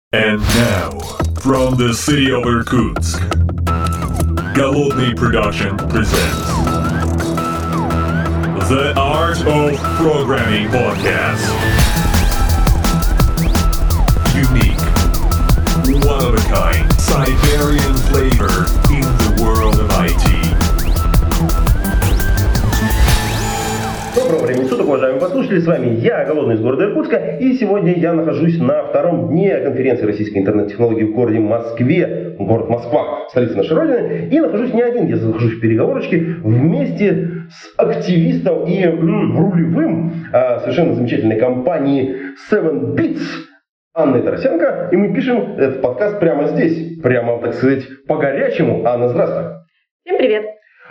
And now, from the city of Irkutsk, Голодный Production presents The Art of Programming Podcast. Unique, one-of-a-kind, Siberian flavor in the world of IT. Доброго времени суток, уважаемые послушатели, с вами я, Голодный из города Иркутска, и сегодня я нахожусь на втором дне конференции российской интернет-технологии в городе Москве, город Москва, столица нашей Родины, и нахожусь не один, я нахожусь в переговорочке вместе с активистом и рулевым совершенно замечательной компании 7bits Анной Тарасенко, и мы пишем этот подкаст прямо здесь, прямо, так сказать, по-горячему. Анна, здравствуй. Всем привет.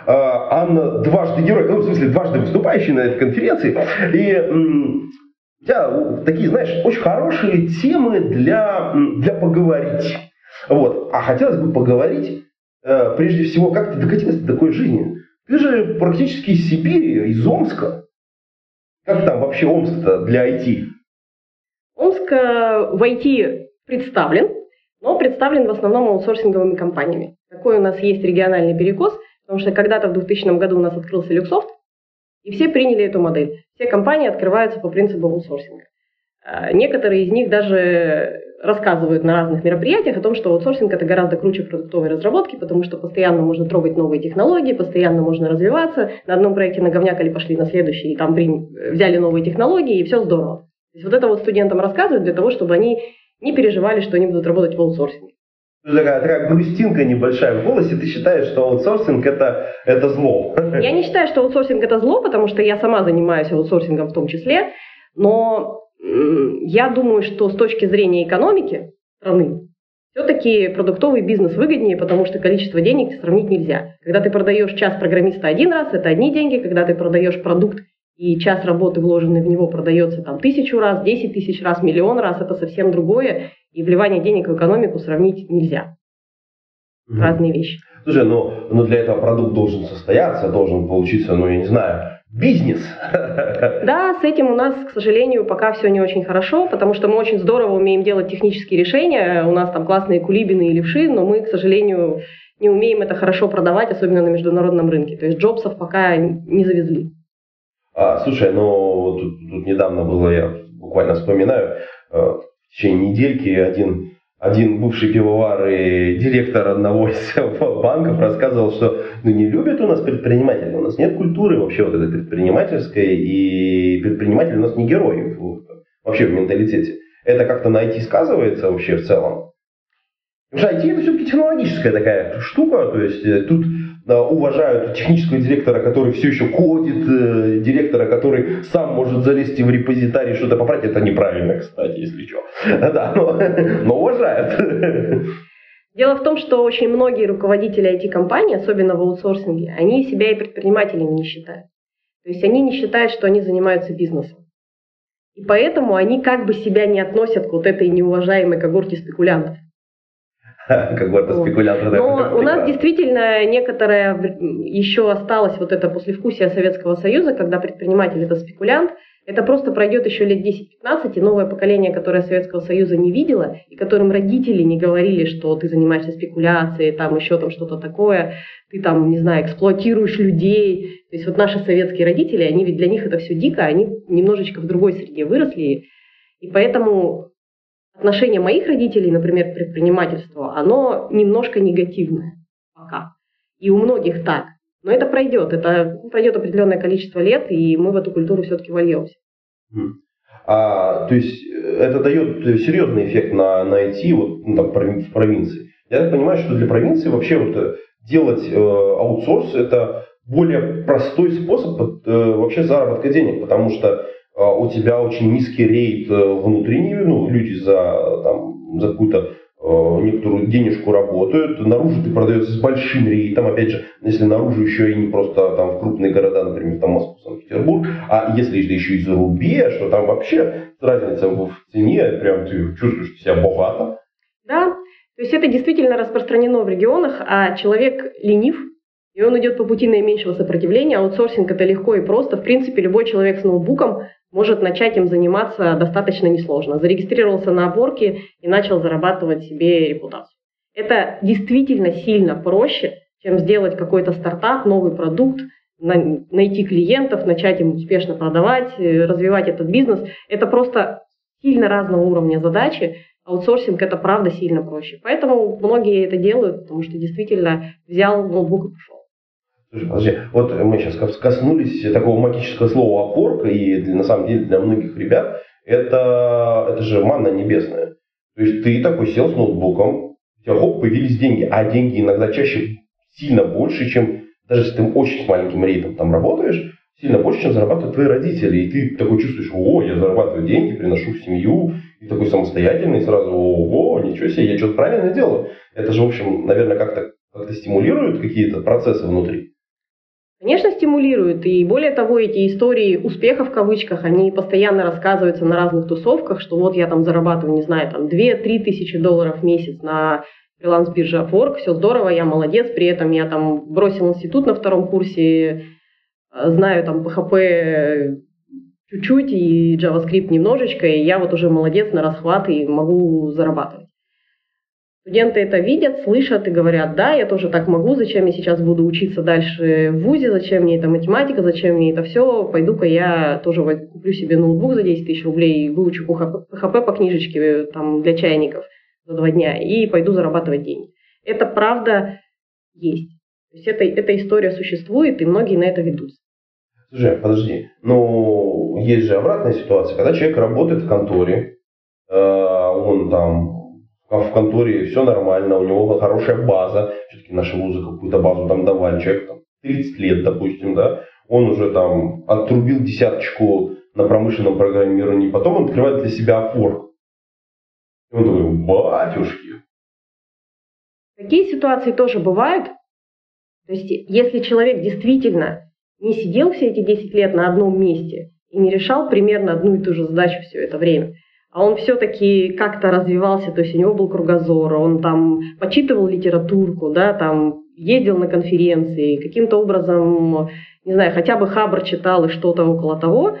Анна дважды герой, в смысле, дважды выступающий на этой конференции. И у тебя такие, знаешь, очень хорошие темы для поговорить. Вот. А хотелось бы поговорить, прежде всего, как ты докатилась до такой жизни. Ты же практически из Сибири, из Омска. Как там вообще Омск-то для IT? Омск в IT представлен, но представлен в основном аутсорсинговыми компаниями. Такой у нас есть региональный перекос. Потому что когда-то в 2000 году у нас открылся Люксофт, и все приняли эту модель. Все компании открываются по принципу аутсорсинга. Некоторые из них даже рассказывают на разных мероприятиях о том, что аутсорсинг – это гораздо круче продуктовой разработки, потому что постоянно можно трогать новые технологии, постоянно можно развиваться. На одном проекте наговнякали, пошли на следующий, и там взяли новые технологии, и все здорово. То есть вот это вот студентам рассказывают для того, чтобы они не переживали, что они будут работать в аутсорсинге. Такая грустинка небольшая в голосе. Ты считаешь, что аутсорсинг это зло? Я не считаю, что аутсорсинг это зло, потому что я сама занимаюсь аутсорсингом в том числе. Но я думаю, что с точки зрения экономики страны все-таки продуктовый бизнес выгоднее, потому что количество денег сравнить нельзя. Когда ты продаешь час программиста один раз, это одни деньги. Когда ты продаешь продукт и час работы, вложенный в него, продается там 1000 раз, 10 тысяч раз, миллион раз, это совсем другое. И вливание денег в экономику сравнить нельзя. Разные вещи. Слушай, но для этого продукт должен состояться, должен получиться, я не знаю, бизнес. Да, с этим у нас, к сожалению, пока все не очень хорошо, потому что мы очень здорово умеем делать технические решения, у нас там классные кулибины и левши, но мы, к сожалению, не умеем это хорошо продавать, особенно на международном рынке. То есть джобсов пока не завезли. Слушай, тут недавно было, я буквально вспоминаю, в течение недельки один бывший пивовар и директор одного из банков рассказывал, что не любят у нас предприниматели, у нас нет культуры вообще вот этой предпринимательской, и предприниматели у нас не герои вообще в менталитете. Это как-то на IT сказывается вообще в целом? Потому что IT это все-таки технологическая такая штука, то есть тут уважают технического директора, который все еще кодит, директора, который сам может залезть в репозитарий, что-то поправить. Это неправильно, кстати, если что. Да, но уважают. Дело в том, что очень многие руководители IT-компаний, особенно в аутсорсинге, они себя и предпринимателями не считают. То есть они не считают, что они занимаются бизнесом. И поэтому они как бы себя не относят к вот этой неуважаемой когорте спекулянтов. Когорта спекулянтов. Но у нас действительно некоторое еще осталось вот это послевкусие Советского Союза, когда предприниматель это спекулянт. Это просто пройдет еще лет 10-15, и новое поколение, которое Советского Союза не видело, и которым родители не говорили, что ты занимаешься спекуляцией, там еще там что-то такое, ты там, не знаю, эксплуатируешь людей. То есть вот наши советские родители, они ведь для них это все дико, они немножечко в другой среде выросли, и поэтому отношение моих родителей, например, к предпринимательству, оно немножко негативное пока. И у многих так. Но это пройдет определенное количество лет, и мы в эту культуру все-таки вольемся. То есть это дает серьезный эффект на IT в провинции. Я так понимаю, что для провинции вообще делать аутсорс это более простой способ вообще заработка денег, потому что у тебя очень низкий рейд внутренний, люди за какую-то некоторую денежку работают, наружу ты продаешься с большим рейтом, опять же, если наружу еще и не просто там в крупные города, например, там Москву, Санкт-Петербург, а если еще и за рубеж, что там вообще разница в цене, прям ты чувствуешь себя богато. Да, то есть это действительно распространено в регионах, а человек ленив, и он идет по пути наименьшего сопротивления. Аутсорсинг это легко и просто. В принципе, любой человек с ноутбуком может начать им заниматься достаточно несложно. Зарегистрировался на Upwork и начал зарабатывать себе репутацию. Это действительно сильно проще, чем сделать какой-то стартап, новый продукт, найти клиентов, начать им успешно продавать, развивать этот бизнес. Это просто сильно разного уровня задачи. Аутсорсинг – это правда сильно проще. Поэтому многие это делают, потому что действительно взял ноутбук и пошел. Слушай, подожди, вот мы сейчас коснулись такого магического слова Upwork, и на самом деле для многих ребят это же манна небесная. То есть ты такой сел с ноутбуком, у тебя хоп, появились деньги, а деньги иногда чаще сильно больше, чем, даже если ты очень с маленьким рейтом там работаешь, сильно больше, чем зарабатывают твои родители. И ты такой чувствуешь, о, я зарабатываю деньги, приношу в семью, и такой самостоятельный, сразу, ого, ничего себе, я что-то правильно делаю. Это же, в общем, наверное, как-то стимулирует какие-то процессы внутри. Конечно, стимулируют. И более того, эти истории успеха в кавычках, они постоянно рассказываются на разных тусовках, что вот я там зарабатываю, не знаю, там 2-3 тысячи долларов в месяц на фриланс-бирже Upwork, все здорово, я молодец, при этом я там бросил институт на 2-м курсе, знаю там PHP чуть-чуть и JavaScript немножечко, и я вот уже молодец на расхват и могу зарабатывать. Студенты это видят, слышат и говорят, да, я тоже так могу, зачем я сейчас буду учиться дальше в вузе, зачем мне эта математика, зачем мне это все, пойду-ка я тоже куплю себе ноутбук за 10 тысяч рублей и выучу PHP по книжечке там, для чайников за 2 дня и пойду зарабатывать деньги. Это правда есть. То есть эта история существует, и многие на это ведутся. Слушай, подожди, но есть же обратная ситуация, когда человек работает в конторе, он там в конторе все нормально, у него хорошая база, все-таки наши вузы какую-то базу там давали, человек там 30 лет, допустим, да, он уже там отрубил десяточку на промышленном программировании, потом он открывает для себя Upwork. И он такой, батюшки. Такие ситуации тоже бывают. То есть, если человек действительно не сидел все эти 10 лет на одном месте и не решал примерно одну и ту же задачу все это время, а он все-таки как-то развивался, то есть у него был кругозор, он там почитывал литературку, да, там ездил на конференции, каким-то образом, не знаю, хотя бы Хабр читал и что-то около того,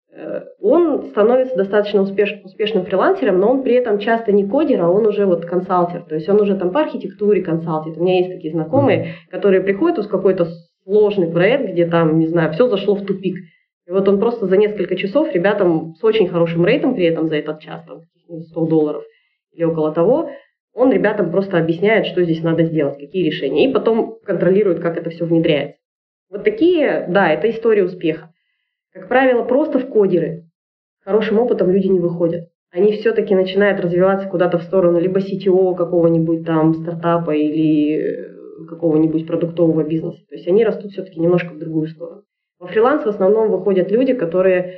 он становится достаточно успешным фрилансером, но он при этом часто не кодер, а он уже вот консалтер, то есть он уже там по архитектуре консалтит. У меня есть такие знакомые, которые приходят в какой-то сложный проект, где там, не знаю, все зашло в тупик. И вот он просто за несколько часов ребятам с очень хорошим рейтом при этом за этот час, там, $100 или около того, он ребятам просто объясняет, что здесь надо сделать, какие решения, и потом контролирует, как это все внедряется. Вот такие, да, это история успеха. Как правило, просто в кодеры хорошим опытом люди не выходят. Они все-таки начинают развиваться куда-то в сторону либо CTO какого-нибудь там стартапа или какого-нибудь продуктового бизнеса. То есть они растут все-таки немножко в другую сторону. Во фриланс в основном выходят люди, которые,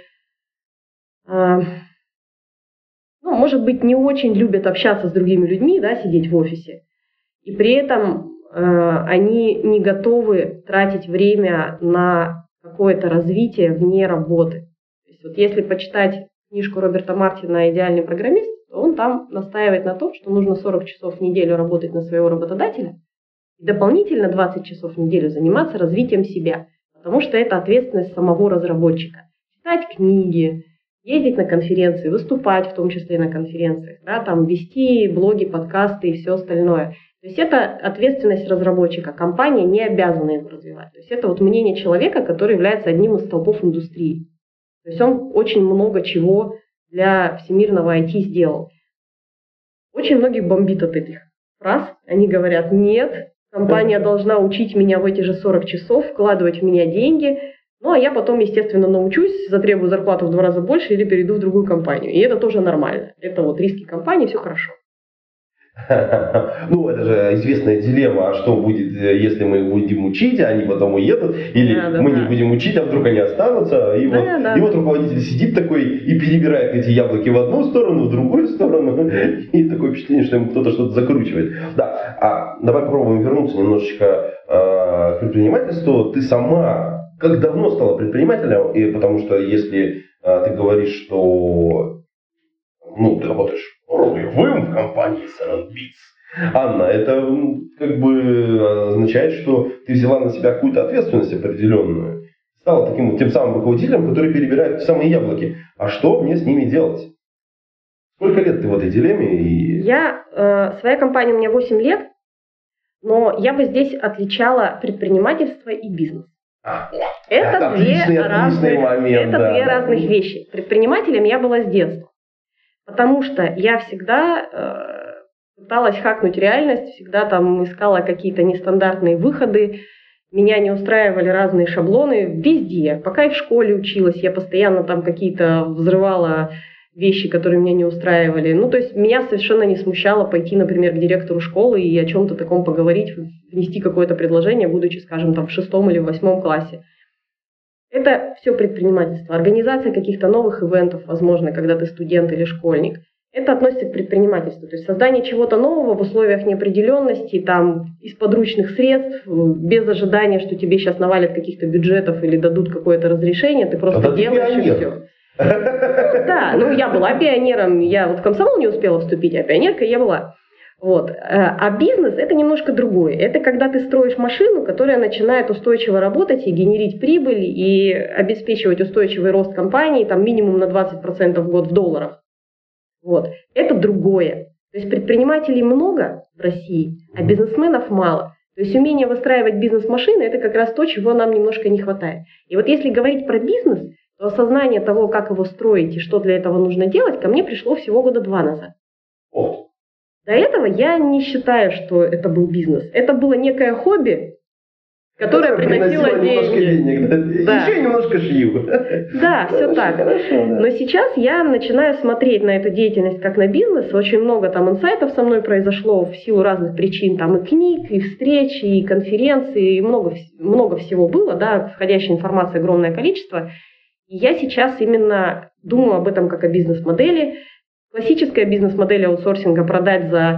может быть, не очень любят общаться с другими людьми, да, сидеть в офисе. И при этом они не готовы тратить время на какое-то развитие вне работы. То есть вот если почитать книжку Роберта Мартина «Идеальный программист», то он там настаивает на том, что нужно 40 часов в неделю работать на своего работодателя и дополнительно 20 часов в неделю заниматься развитием себя. Потому что это ответственность самого разработчика. Читать книги, ездить на конференции, выступать в том числе на конференциях, да, там, вести блоги, подкасты и все остальное. То есть это ответственность разработчика. Компания не обязана его развивать. То есть это вот мнение человека, который является одним из столпов индустрии. То есть он очень много чего для всемирного IT сделал. Очень многих бомбит от этих фраз. Они говорят, нет, компания должна учить меня в эти же 40 часов, вкладывать в меня деньги, ну а я потом, естественно, научусь, затребую зарплату в 2 раза больше или перейду в другую компанию. И это тоже нормально. Это вот риски компании, все хорошо. Ну, это же известная дилемма, а что будет, если мы будем учить, а они потом уедут, или мы не будем учить, а вдруг они останутся, и вот руководитель сидит такой и перебирает эти яблоки в одну сторону, в другую сторону, и такое впечатление, что ему кто-то что-то закручивает. Да, давай попробуем вернуться немножечко к предпринимательству. Ты сама как давно стала предпринимателем? И потому что если ты говоришь, что ты работаешь ролевым в компании SaranBits, Анна, это как бы означает, что ты взяла на себя какую-то ответственность определенную. стала таким вот тем самым руководителем, который перебирает те самые яблоки. А что мне с ними делать? Сколько лет ты в этой дилемме? Своя компания у меня 8 лет, но я бы здесь отличала предпринимательство и бизнес. Это две разных вещи. Предпринимателем я была с детства, потому что я всегда пыталась хакнуть реальность, всегда там искала какие-то нестандартные выходы, меня не устраивали разные шаблоны везде. Пока и в школе училась, я постоянно там какие-то взрывала вещи, которые меня не устраивали. Ну, то есть меня совершенно не смущало пойти, например, к директору школы и о чем-то таком поговорить, внести какое-то предложение, будучи, скажем, там в 6 или в 8 классе. Это все предпринимательство. Организация каких-то новых ивентов, возможно, когда ты студент или школьник. Это относится к предпринимательству. То есть создание чего-то нового в условиях неопределенности, там, из подручных средств, без ожидания, что тебе сейчас навалят каких-то бюджетов или дадут какое-то разрешение, ты просто делаешь и все. Да, я была пионером, я вот в комсомол не успела вступить, а пионеркой я была. Вот. А бизнес – это немножко другое. Это когда ты строишь машину, которая начинает устойчиво работать и генерить прибыль, и обеспечивать устойчивый рост компании, там минимум на 20% в год в долларах. Вот. Это другое. То есть предпринимателей много в России, а бизнесменов мало. То есть умение выстраивать бизнес-машины – это как раз то, чего нам немножко не хватает. И вот если говорить про бизнес, то осознание того, как его строить и что для этого нужно делать, ко мне пришло всего 2 года назад. До этого я не считаю, что это был бизнес. Это было некое хобби, которое приносило деньги. Да. Еще немножко шью. Да, все так. Хорошо, да. Но сейчас я начинаю смотреть на эту деятельность как на бизнес. Очень много там инсайтов со мной произошло в силу разных причин. Там и книг, и встреч, и конференции, и много всего было. Да, входящей информации огромное количество. И я сейчас именно думаю об этом как о бизнес-модели. Классическая бизнес-модель аутсорсинга продать за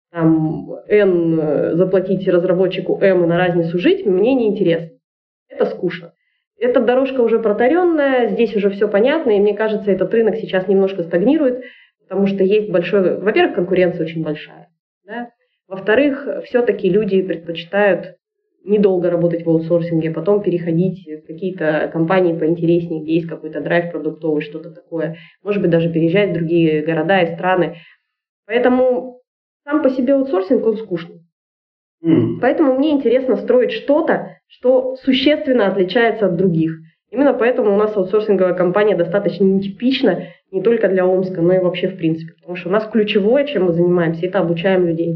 N, заплатить разработчику M и на разницу жить, мне не интересно. Это скучно. Эта дорожка уже протаренная, здесь уже все понятно, и мне кажется, этот рынок сейчас немножко стагнирует, потому что есть большой... Во-первых, конкуренция очень большая. Да? Во-вторых, все-таки люди предпочитают недолго работать в аутсорсинге, а потом переходить в какие-то компании поинтереснее, где есть какой-то драйв продуктовый, что-то такое. Может быть, даже переезжать в другие города и страны. Поэтому сам по себе аутсорсинг, он скучный. Поэтому мне интересно строить что-то, что существенно отличается от других. Именно поэтому у нас аутсорсинговая компания достаточно нетипична не только для Омска, но и вообще в принципе. Потому что у нас ключевое, чем мы занимаемся, это обучаем людей.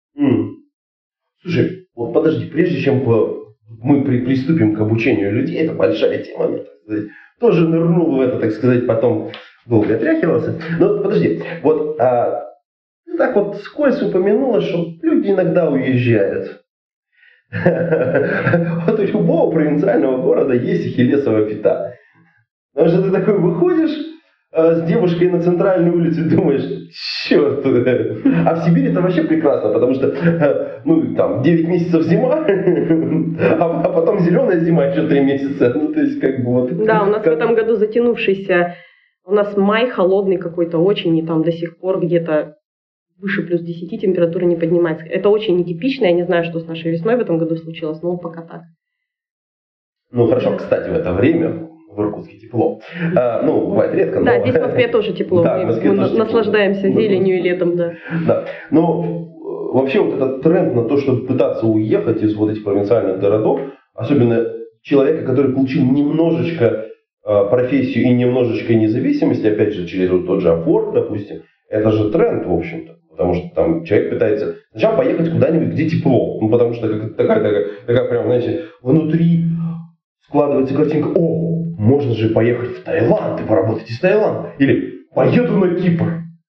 Слушай, вот подожди, прежде чем мы приступим к обучению людей, это большая тема, так сказать, тоже нырнул в это, так сказать, потом долго отряхивался. Но подожди, вот ты так вот вскользь упомянула, что люди иногда уезжают. Вот у любого провинциального города есть ахиллесова пята. Потому что ты такой выходишь с девушкой на центральную улицу и думаешь, черт. А в Сибири это вообще прекрасно, потому что, там 9 месяцев зима, а потом зеленая зима еще 3 месяца. То есть, Да, у нас в этом году затянувшийся, у нас май холодный какой-то очень, и там до сих пор где-то выше плюс 10 температура не поднимается. Это очень нетипично, я не знаю, что с нашей весной в этом году случилось, но пока так. Хорошо, кстати, в это время в Иркутске тепло. Бывает редко, но... Да, здесь в Москве тоже тепло. Да, мы наслаждаемся зеленью и летом, да. Да. Но вообще вот этот тренд на то, чтобы пытаться уехать из вот этих провинциальных городов, особенно человека, который получил немножечко профессию и немножечко независимости, опять же, через вот тот же Upwork, допустим, это же тренд, в общем-то. Потому что там человек пытается сначала поехать куда-нибудь, где тепло. Потому что такая прям, знаете, внутри складывается картинка: можно же поехать в Таиланд и поработать из Таиланда. Или поеду на Кипр.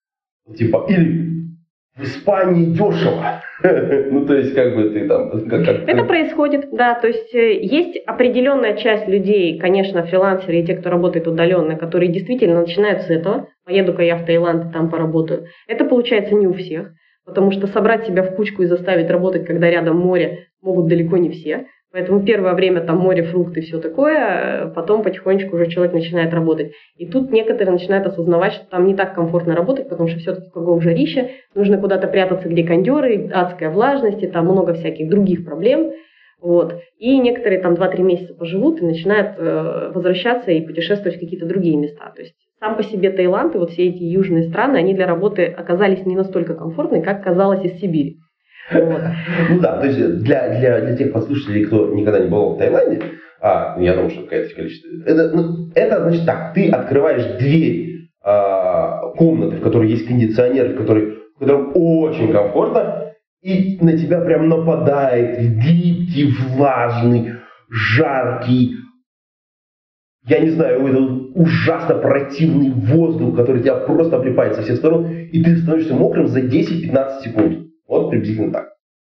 Или в Испании дешево. То есть, ты там... Это происходит, да. То есть, есть определенная часть людей, конечно, фрилансеры и те, кто работает удаленно, которые действительно начинают с этого. Поеду-ка я в Таиланд и там поработаю. Это получается не у всех, потому что собрать себя в кучку и заставить работать, когда рядом море, могут далеко не все. Поэтому первое время там море, фрукты, все такое, потом потихонечку уже человек начинает работать. И тут некоторые начинают осознавать, что там не так комфортно работать, потому что все-таки кругом жарище, нужно куда-то прятаться, где кондеры, адская влажность, и там много всяких других проблем. Вот. И некоторые там 2-3 месяца поживут и начинают возвращаться и путешествовать в какие-то другие места. То есть сам по себе Таиланд и вот все эти южные страны, они для работы оказались не настолько комфортны, как казалось из Сибири. Вот. Ну да, то есть для тех послушателей, кто никогда не был в Таиланде, я думаю, что какое-то количество, это значит так, ты открываешь дверь комнаты, в которой есть кондиционер, в котором очень комфортно, и на тебя прям нападает липкий, влажный, жаркий, я не знаю, это ужасно противный воздух, который тебя просто облипает со всех сторон, и ты становишься мокрым за 10-15 секунд. Вот приблизительно так.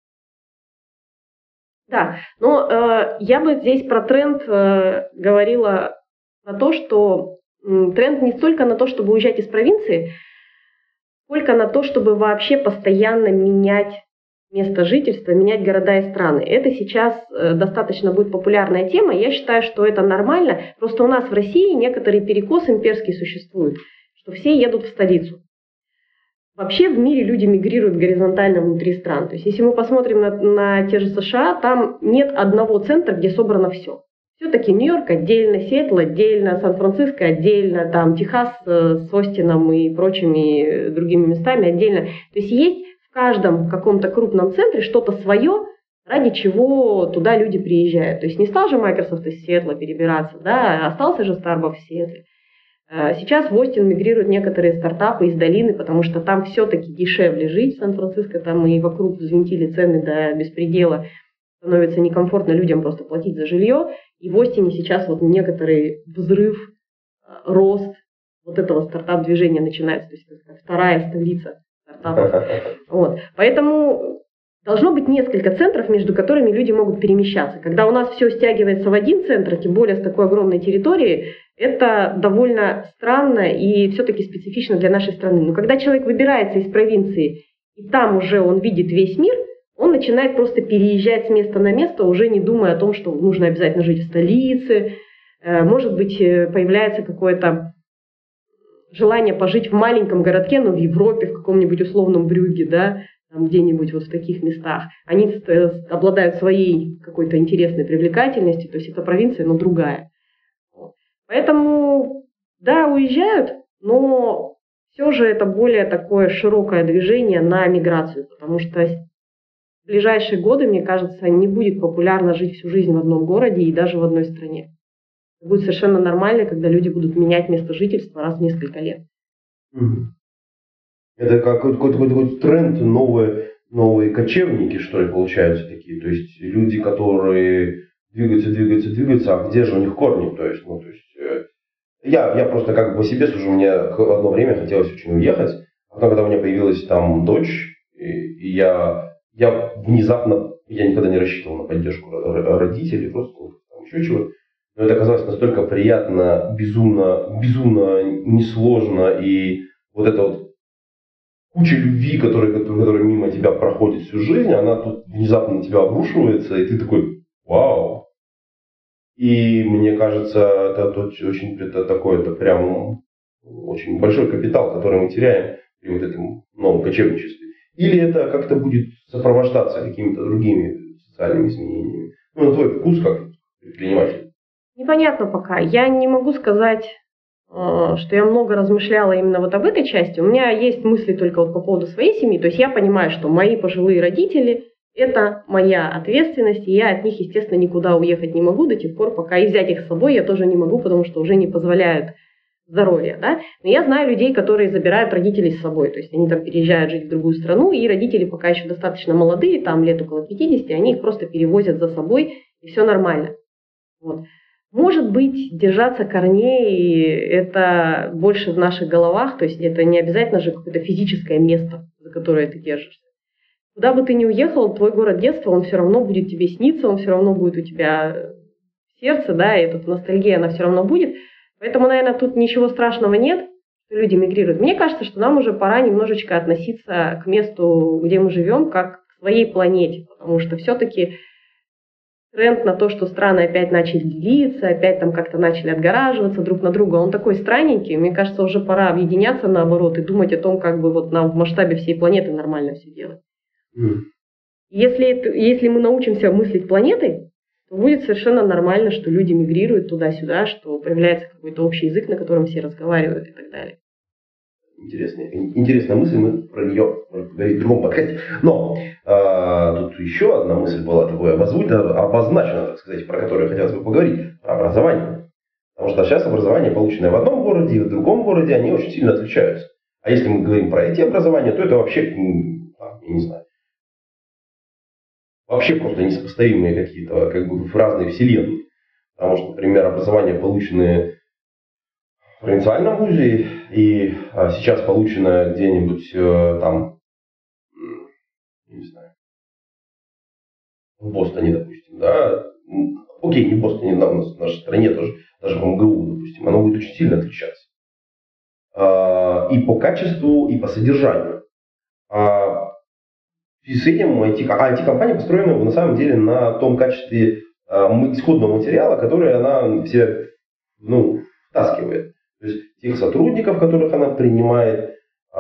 Да, но я бы здесь про тренд говорила про то, что тренд не столько на то, чтобы уезжать из провинции, сколько на то, чтобы вообще постоянно менять место жительства, менять города и страны. Это сейчас достаточно будет популярная тема. Я считаю, что это нормально. Просто у нас в России некоторый перекос имперский существует, что все едут в столицу. Вообще в мире люди мигрируют горизонтально внутри стран. То есть если мы посмотрим на те же США, там нет одного центра, где собрано все. Все-таки Нью-Йорк отдельно, Сиэтл отдельно, Сан-Франциско отдельно, там Техас с Остином и прочими другими местами отдельно. То есть есть в каждом каком-то крупном центре что-то свое, ради чего туда люди приезжают. То есть не стал же Microsoft из Сиэтла перебираться, да, остался же Starbucks в Сиэтле. Сейчас в Остин мигрируют некоторые стартапы из долины, потому что там все-таки дешевле жить. В Сан-Франциско там и вокруг взвинтили цены до беспредела. Становится некомфортно людям просто платить за жилье. И в Остине сейчас вот некоторый взрыв, рост вот этого стартап-движения начинается. То есть это вторая столица стартапов. Вот. Поэтому должно быть несколько центров, между которыми люди могут перемещаться. Когда у нас все стягивается в один центр, тем более с такой огромной территорией, это довольно странно и все-таки специфично для нашей страны. Но когда человек выбирается из провинции, и там уже он видит весь мир, он начинает просто переезжать с места на место, уже не думая о том, что нужно обязательно жить в столице. Может быть, появляется какое-то желание пожить в маленьком городке, но в Европе, в каком-нибудь условном Брюгге, да, там где-нибудь вот в таких местах. Они обладают своей какой-то интересной привлекательностью, то есть это провинция, но другая. Поэтому, да, уезжают, но все же это более такое широкое движение на миграцию, потому что в ближайшие годы, мне кажется, не будет популярно жить всю жизнь в одном городе и даже в одной стране. Это будет совершенно нормально, когда люди будут менять место жительства раз в несколько лет. Это какой-то тренд, новые кочевники, что ли, получаются такие. То есть люди, которые двигаются, а где же у них корни? То есть, я просто как бы по себе сужу, мне одно время хотелось очень уехать, а потом, когда у меня появилась там дочь, и я внезапно, я никогда не рассчитывал на поддержку родителей, родственников, там еще чего-то, но это оказалось настолько приятно, безумно несложно, и вот эта вот куча любви, которая мимо тебя проходит всю жизнь, она тут внезапно на тебя обрушивается, и ты такой, вау. И мне кажется, это прям очень большой капитал, который мы теряем при вот этом новом кочевничестве. Или это как-то будет сопровождаться какими-то другими социальными изменениями? На твой вкус как предприниматель. Непонятно пока. Я не могу сказать, что я много размышляла именно вот об этой части. У меня есть мысли только вот по поводу своей семьи. То есть я понимаю, что мои пожилые родители – это моя ответственность, и я от них, естественно, никуда уехать не могу до тех пор, пока и взять их с собой я тоже не могу, потому что уже не позволяют здоровье. Да? Но я знаю людей, которые забирают родителей с собой. То есть они там переезжают жить в другую страну, и родители пока еще достаточно молодые, там лет около 50, они их просто перевозят за собой, и все нормально. Вот. Может быть, держаться корней – это больше в наших головах, то есть это не обязательно же какое-то физическое место, за которое ты держишься. Куда бы ты ни уехал, твой город детства, он все равно будет тебе сниться, он все равно будет у тебя в сердце, да, и эта ностальгия, она все равно будет. Поэтому, наверное, тут ничего страшного нет, что люди мигрируют. Мне кажется, что нам уже пора немножечко относиться к месту, где мы живем, как к своей планете, потому что все-таки тренд на то, что страны опять начали делиться, опять там как-то начали отгораживаться друг на друга, он такой странненький. Мне кажется, уже пора объединяться наоборот и думать о том, как бы вот нам в масштабе всей планеты нормально все делать. Если мы научимся мыслить планетой, то будет совершенно нормально, что люди мигрируют туда-сюда, что появляется какой-то общий язык, на котором все разговаривают и так далее. Интересная мысль, мы про нее можем поговорить в другом подкасте. Но тут еще одна мысль была такая обозначена, так сказать, про которую хотелось бы поговорить, про образование. Потому что сейчас образование, полученное в одном городе и в другом городе, они очень сильно отличаются. А если мы говорим про эти образования, то это вообще, я не знаю, вообще просто несопоставимые какие-то как бы разные вселенные. Потому что, например, образование, полученное в провинциальном вузе и сейчас полученное где-нибудь там, не знаю, в Бостоне, допустим, да, окей, не в Бостоне, но в нашей стране тоже, даже в МГУ, допустим, оно будет очень сильно отличаться. И по качеству, и по содержанию. И с этим IT-компания построена на самом деле на том качестве исходного материала, который она все втаскивает. То есть тех сотрудников, которых она принимает,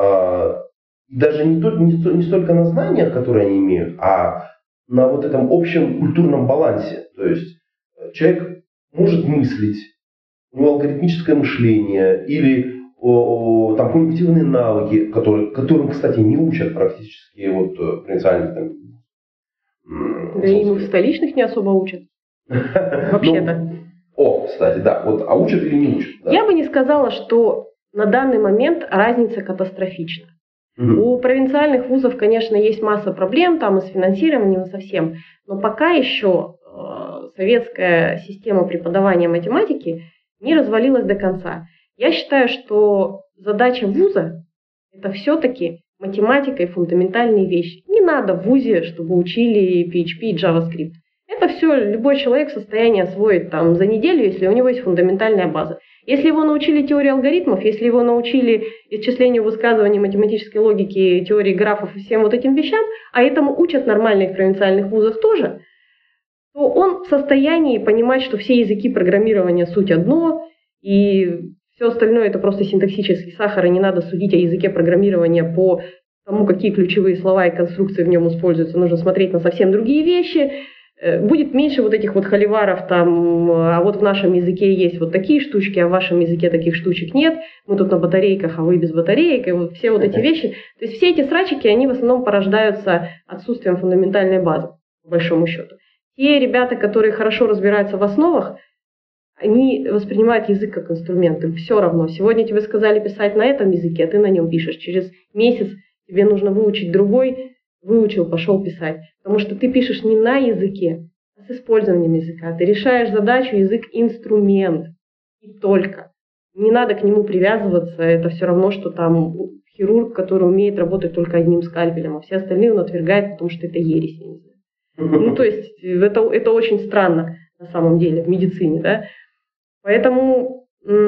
даже не столько на знаниях, которые они имеют, а на вот этом общем культурном балансе. То есть человек может мыслить, у него алгоритмическое мышление или там когнитивные навыки, которым, кстати, не учат практически провинциальных. Да и в столичных не особо учат. Вообще-то. Кстати, да. А учат или не учат? Да. Я бы не сказала, что на данный момент разница катастрофична. У провинциальных вузов, конечно, есть масса проблем там и с финансированием, и со всем. Но пока еще советская система преподавания математики не развалилась до конца. Я считаю, что задача вуза – это все-таки математика и фундаментальные вещи. Не надо в вузе, чтобы учили PHP и JavaScript. Это все любой человек в состоянии освоить там за неделю, если у него есть фундаментальная база. Если его научили теории алгоритмов, если его научили исчислению высказываний, математической логики, теории графов и всем вот этим вещам, а этому учат нормальных провинциальных вузах тоже, то он в состоянии понимать, что все языки программирования суть одно, и все остальное это просто синтаксический сахар, и не надо судить о языке программирования по тому, какие ключевые слова и конструкции в нем используются. Нужно смотреть на совсем другие вещи. Будет меньше вот этих вот холиваров там, а вот в нашем языке есть вот такие штучки, а в вашем языке таких штучек нет. Мы тут на батарейках, а вы без батареек. И вот все вот эти вещи. То есть все эти срачики, они в основном порождаются отсутствием фундаментальной базы, по большому счету. Те ребята, которые хорошо разбираются в основах, они воспринимают язык как инструмент. Им все равно. Сегодня тебе сказали писать на этом языке, а ты на нем пишешь. Через месяц тебе нужно выучить другой. Выучил, пошел писать. Потому что ты пишешь не на языке, а с использованием языка. Ты решаешь задачу, язык инструмент. И только. Не надо к нему привязываться. Это все равно, что там хирург, который умеет работать только одним скальпелем, а все остальные он отвергает, потому что это ересь. То есть это очень странно на самом деле в медицине, да. Поэтому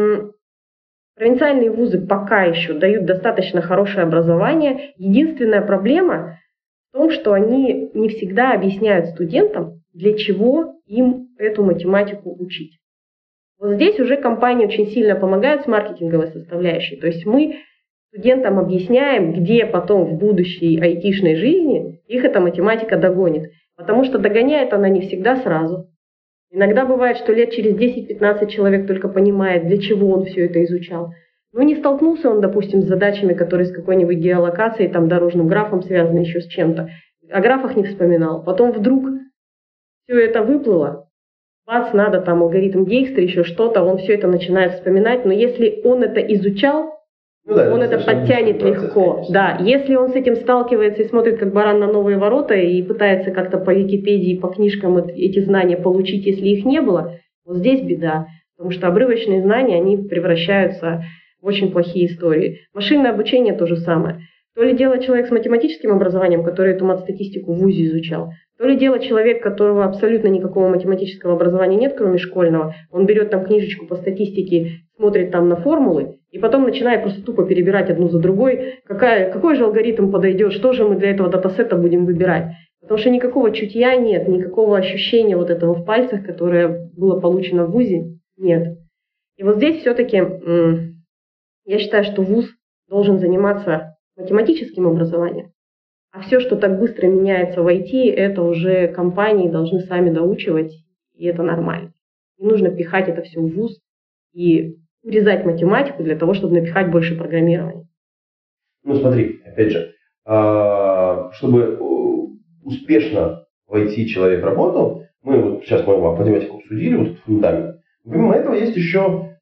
провинциальные вузы пока еще дают достаточно хорошее образование. Единственная проблема в том, что они не всегда объясняют студентам, для чего им эту математику учить. Вот здесь уже компании очень сильно помогают с маркетинговой составляющей. То есть мы студентам объясняем, где потом в будущей айтишной жизни их эта математика догонит. Потому что догоняет она не всегда сразу. Иногда бывает, что лет через 10-15 человек только понимает, для чего он все это изучал. Ну, не столкнулся он, допустим, с задачами, которые с какой-нибудь геолокацией, там, дорожным графом связаны еще с чем-то. О графах не вспоминал. Потом вдруг все это выплыло. Бац, надо там алгоритм Dijkstra, еще что-то, он все это начинает вспоминать. Но если он это изучал, он это подтянет легко. Да, если он с этим сталкивается и смотрит как баран на новые ворота и пытается как-то по Википедии, по книжкам эти знания получить, если их не было, вот здесь беда. Потому что обрывочные знания, они превращаются в очень плохие истории. Машинное обучение то же самое. То ли дело человек с математическим образованием, который эту матстатистику в ВУЗе изучал, то ли дело человек, у которого абсолютно никакого математического образования нет, кроме школьного. Он берет там книжечку по статистике, смотрит там на формулы, и потом начинает просто тупо перебирать одну за другой, какой же алгоритм подойдет, что же мы для этого датасета будем выбирать. Потому что никакого чутья нет, никакого ощущения вот этого в пальцах, которое было получено в ВУЗе, нет. И вот здесь все-таки я считаю, что ВУЗ должен заниматься математическим образованием, А все, что так быстро меняется в IT, это уже компании должны сами доучивать, и это нормально. Не нужно пихать это все в вуз и урезать математику для того, чтобы напихать больше программирования. Ну смотри, опять же, чтобы успешно в IT человек работал, мы вот сейчас математику обсудили, вот фундамент. Помимо этого есть еще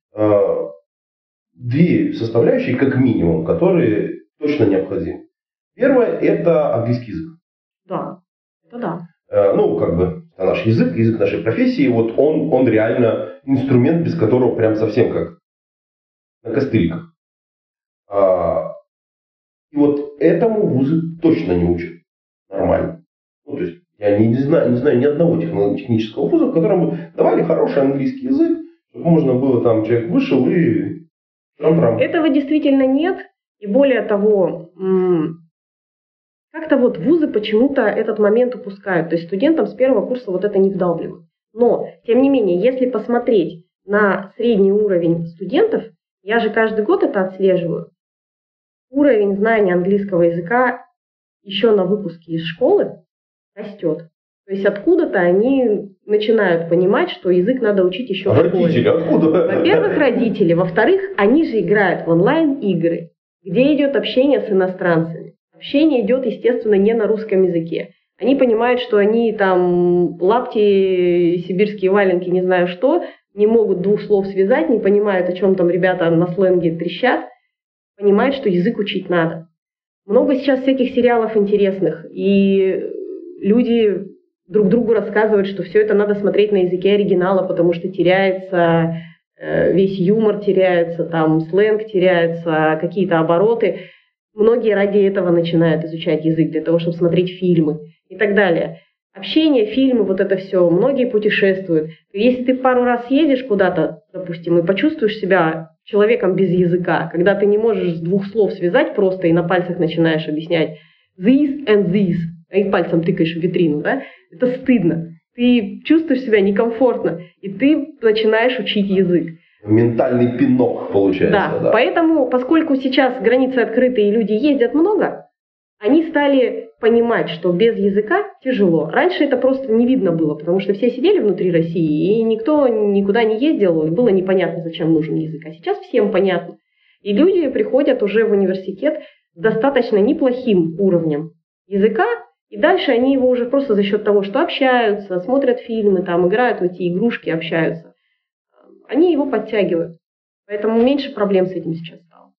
две составляющие, как минимум, которые точно необходимы. Первое – это английский язык. Да, это да. Это наш язык, язык нашей профессии, вот он реально инструмент, без которого прям совсем как на костыльках. И вот этому вузы точно не учат нормально. То есть я не знаю ни одного технического вуза, в котором бы давали хороший английский язык, чтобы можно было там, человек вышел и трам-трам. Этого действительно нет. И более того, как-то вот вузы почему-то этот момент упускают. То есть студентам с первого курса вот это не вдалбливают. Но, тем не менее, если посмотреть на средний уровень студентов, я же каждый год это отслеживаю, уровень знания английского языка еще на выпуске из школы растет. То есть откуда-то они начинают понимать, что язык надо учить еще в школе. Родители откуда? Во-первых, родители. Во-вторых, они же играют в онлайн-игры, где идет общение с иностранцами. Общение идет, естественно, не на русском языке. Они понимают, что они там лапти, сибирские валенки, не знаю что, не могут двух слов связать, не понимают, о чем там ребята на сленге трещат, понимают, что язык учить надо. Много сейчас всяких сериалов интересных, и люди друг другу рассказывают, что все это надо смотреть на языке оригинала, потому что теряется весь юмор, теряется там сленг, теряются какие-то обороты. Многие ради этого начинают изучать язык, для того, чтобы смотреть фильмы и так далее. Общение, фильмы, вот это все. Многие путешествуют. Если ты пару раз едешь куда-то, допустим, и почувствуешь себя человеком без языка, когда ты не можешь с двух слов связать просто и на пальцах начинаешь объяснять this and this, и пальцем тыкаешь в витрину, да? Это стыдно. Ты чувствуешь себя некомфортно, и ты начинаешь учить язык. Ментальный пинок получается. Да, поэтому, поскольку сейчас границы открыты и люди ездят много, они стали понимать, что без языка тяжело. Раньше это просто не видно было, потому что все сидели внутри России, и никто никуда не ездил, и было непонятно, зачем нужен язык. А сейчас всем понятно. И люди приходят уже в университет с достаточно неплохим уровнем языка, и дальше они его уже просто за счет того, что общаются, смотрят фильмы, там, играют в эти игрушки, общаются, они его подтягивают. Поэтому меньше проблем с этим сейчас стало.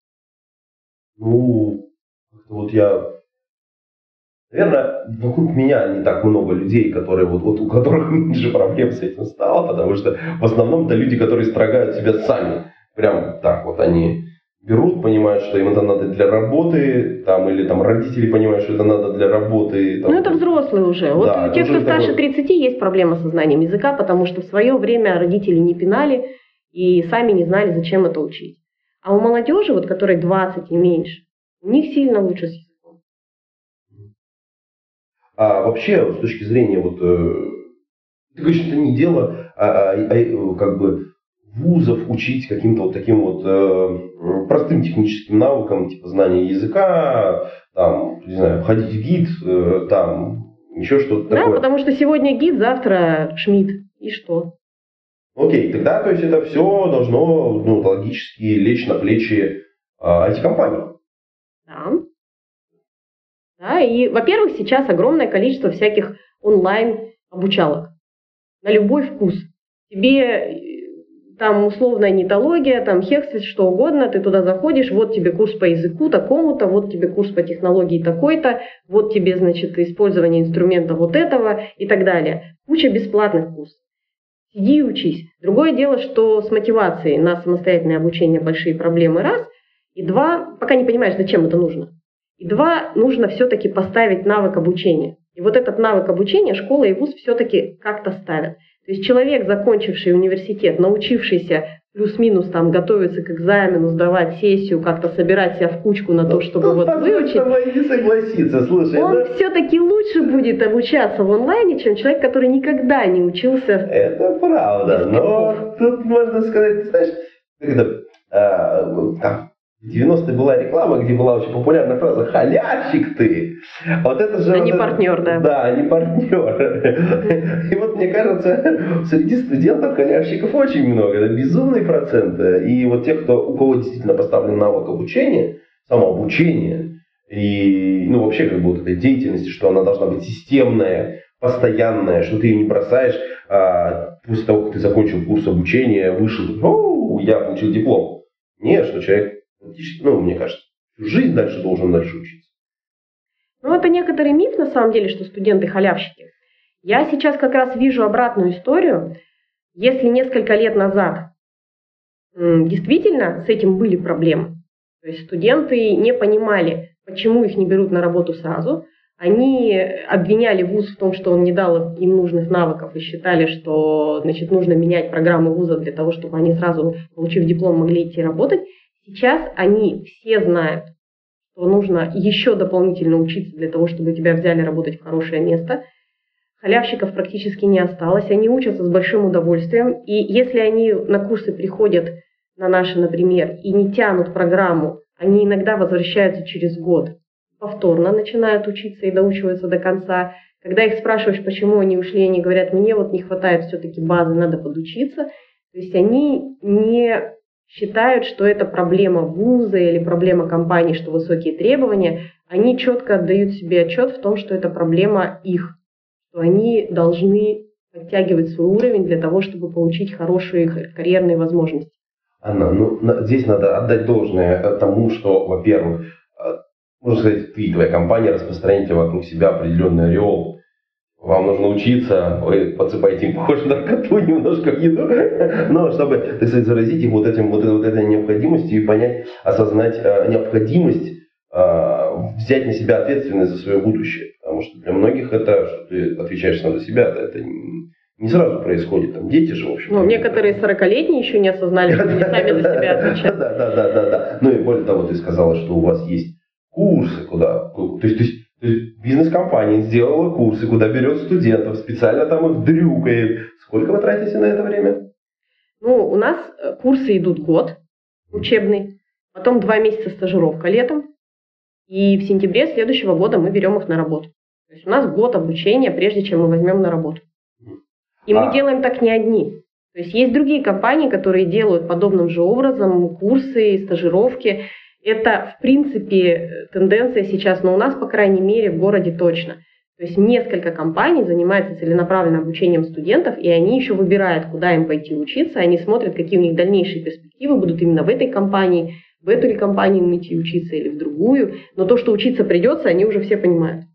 Наверное, вокруг меня не так много людей, которые у которых меньше проблем с этим стало, потому что в основном это люди, которые строгают себя сами. Прям так вот они берут, понимают, что им это надо для работы, или родители понимают, что это надо для работы. Это взрослые уже. Да, у тех, кто старше 30, есть проблема со знанием языка, потому что в свое время родители не пинали и сами не знали, зачем это учить. А у молодежи, которой 20 и меньше, у них сильно лучше с языком. А вообще, с точки зрения, ты говоришь, это не дело вузов учить каким-то таким простым техническим навыкам, типа знания языка, не знаю, ходить в ГИД, еще что-то такое. Да, потому что сегодня ГИД, завтра ШМИД. И что? Окей, тогда, то есть это все должно логически лечь на плечи IT-компаний. Да. Да, и, во-первых, сейчас огромное количество всяких онлайн-обучалок на любой вкус. Тебе условная нетология, хексис, что угодно, ты туда заходишь, вот тебе курс по языку такому-то, вот тебе курс по технологии такой-то, вот тебе, использование инструмента вот этого и так далее. Куча бесплатных курсов. Сиди и учись. Другое дело, что с мотивацией на самостоятельное обучение большие проблемы, раз. И два, пока не понимаешь, зачем это нужно. И два, нужно все-таки поставить навык обучения. И вот этот навык обучения школа и вуз все-таки как-то ставят. То есть человек, закончивший университет, научившийся плюс-минус готовиться к экзамену, сдавать сессию, как-то собирать себя в кучку на то, чтобы выучить, не согласиться, слушай, он все-таки лучше будет обучаться в онлайне, чем человек, который никогда не учился. Это правда, но тут можно сказать, ты знаешь, В 90-е была реклама, где была очень популярная фраза «халявщик ты». Вот это же... А не партнер, да. Да, не партнер. И вот мне кажется, среди студентов халявщиков очень много. Это безумный процент. И вот тех, у кого действительно поставлен навык обучения, самообучения, и вообще как бы вот этой деятельности, что она должна быть системная, постоянная, что ты ее не бросаешь, после того, как ты закончил курс обучения, вышел, я получил диплом. Нет, что человек, мне кажется, всю жизнь дальше должен учиться. Это некоторый миф, на самом деле, что студенты халявщики. Я сейчас как раз вижу обратную историю. Если несколько лет назад действительно с этим были проблемы, то есть студенты не понимали, почему их не берут на работу сразу, они обвиняли вуз в том, что он не дал им нужных навыков и считали, что нужно менять программы вуза для того, чтобы они сразу, получив диплом, могли идти работать. Сейчас они все знают, что нужно еще дополнительно учиться для того, чтобы тебя взяли работать в хорошее место. Халявщиков практически не осталось, они учатся с большим удовольствием. И если они на курсы приходят, на наши, например, и не тянут программу, они иногда возвращаются через год, повторно начинают учиться и доучиваются до конца. Когда их спрашиваешь, почему они ушли, они говорят, мне не хватает все-таки базы, надо подучиться. То есть они не считают, что это проблема вуза или проблема компании, что высокие требования. Они четко отдают себе отчет в том, что это проблема их, что они должны подтягивать свой уровень для того, чтобы получить хорошие карьерные возможности. Анна, здесь надо отдать должное тому, что, во-первых, можно сказать, ты и твоя компания распространяете вокруг себя определенный ореол. Вам нужно учиться, вы подсыпаете им, похоже, наркоту немножко в еду, но чтобы, так сказать, заразить их вот этой необходимостью и понять, осознать необходимость взять на себя ответственность за свое будущее. Потому что для многих это, что ты отвечаешь сам за себя, это не сразу происходит. Там дети же, в общем. Некоторые 40-летние еще не осознали, что они сами за себя отвечают. Да. Ну и более того, ты сказала, что у вас есть курсы, куда... То есть бизнес-компания сделала курсы, куда берет студентов, специально там их дрюкает. Сколько вы тратите на это время? У нас курсы идут год учебный, потом 2 месяца стажировка летом, и в сентябре следующего года мы берем их на работу. То есть у нас год обучения, прежде чем мы возьмем на работу. И мы делаем так не одни. То есть другие компании, которые делают подобным же образом курсы, стажировки. Это, в принципе, тенденция сейчас, но у нас, по крайней мере, в городе точно. То есть несколько компаний занимаются целенаправленным обучением студентов, и они еще выбирают, куда им пойти учиться, они смотрят, какие у них дальнейшие перспективы будут именно в этой компании, в эту ли компанию им идти учиться или в другую. Но то, что учиться придется, они уже все понимают.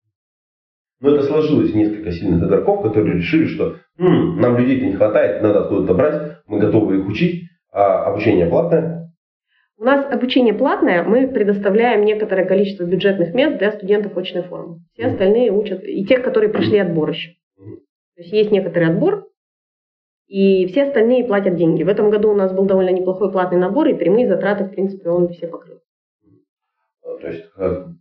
Но это сложилось несколько сильных игроков, которые решили, что нам людей-то не хватает, надо откуда-то брать, мы готовы их учить, а обучение платное. У нас обучение платное, мы предоставляем некоторое количество бюджетных мест для студентов очной формы. Все остальные учат, и тех, которые прошли отбор еще. То есть есть некоторый отбор, и все остальные платят деньги. В этом году у нас был довольно неплохой платный набор, и прямые затраты, в принципе, он все покрыл. То есть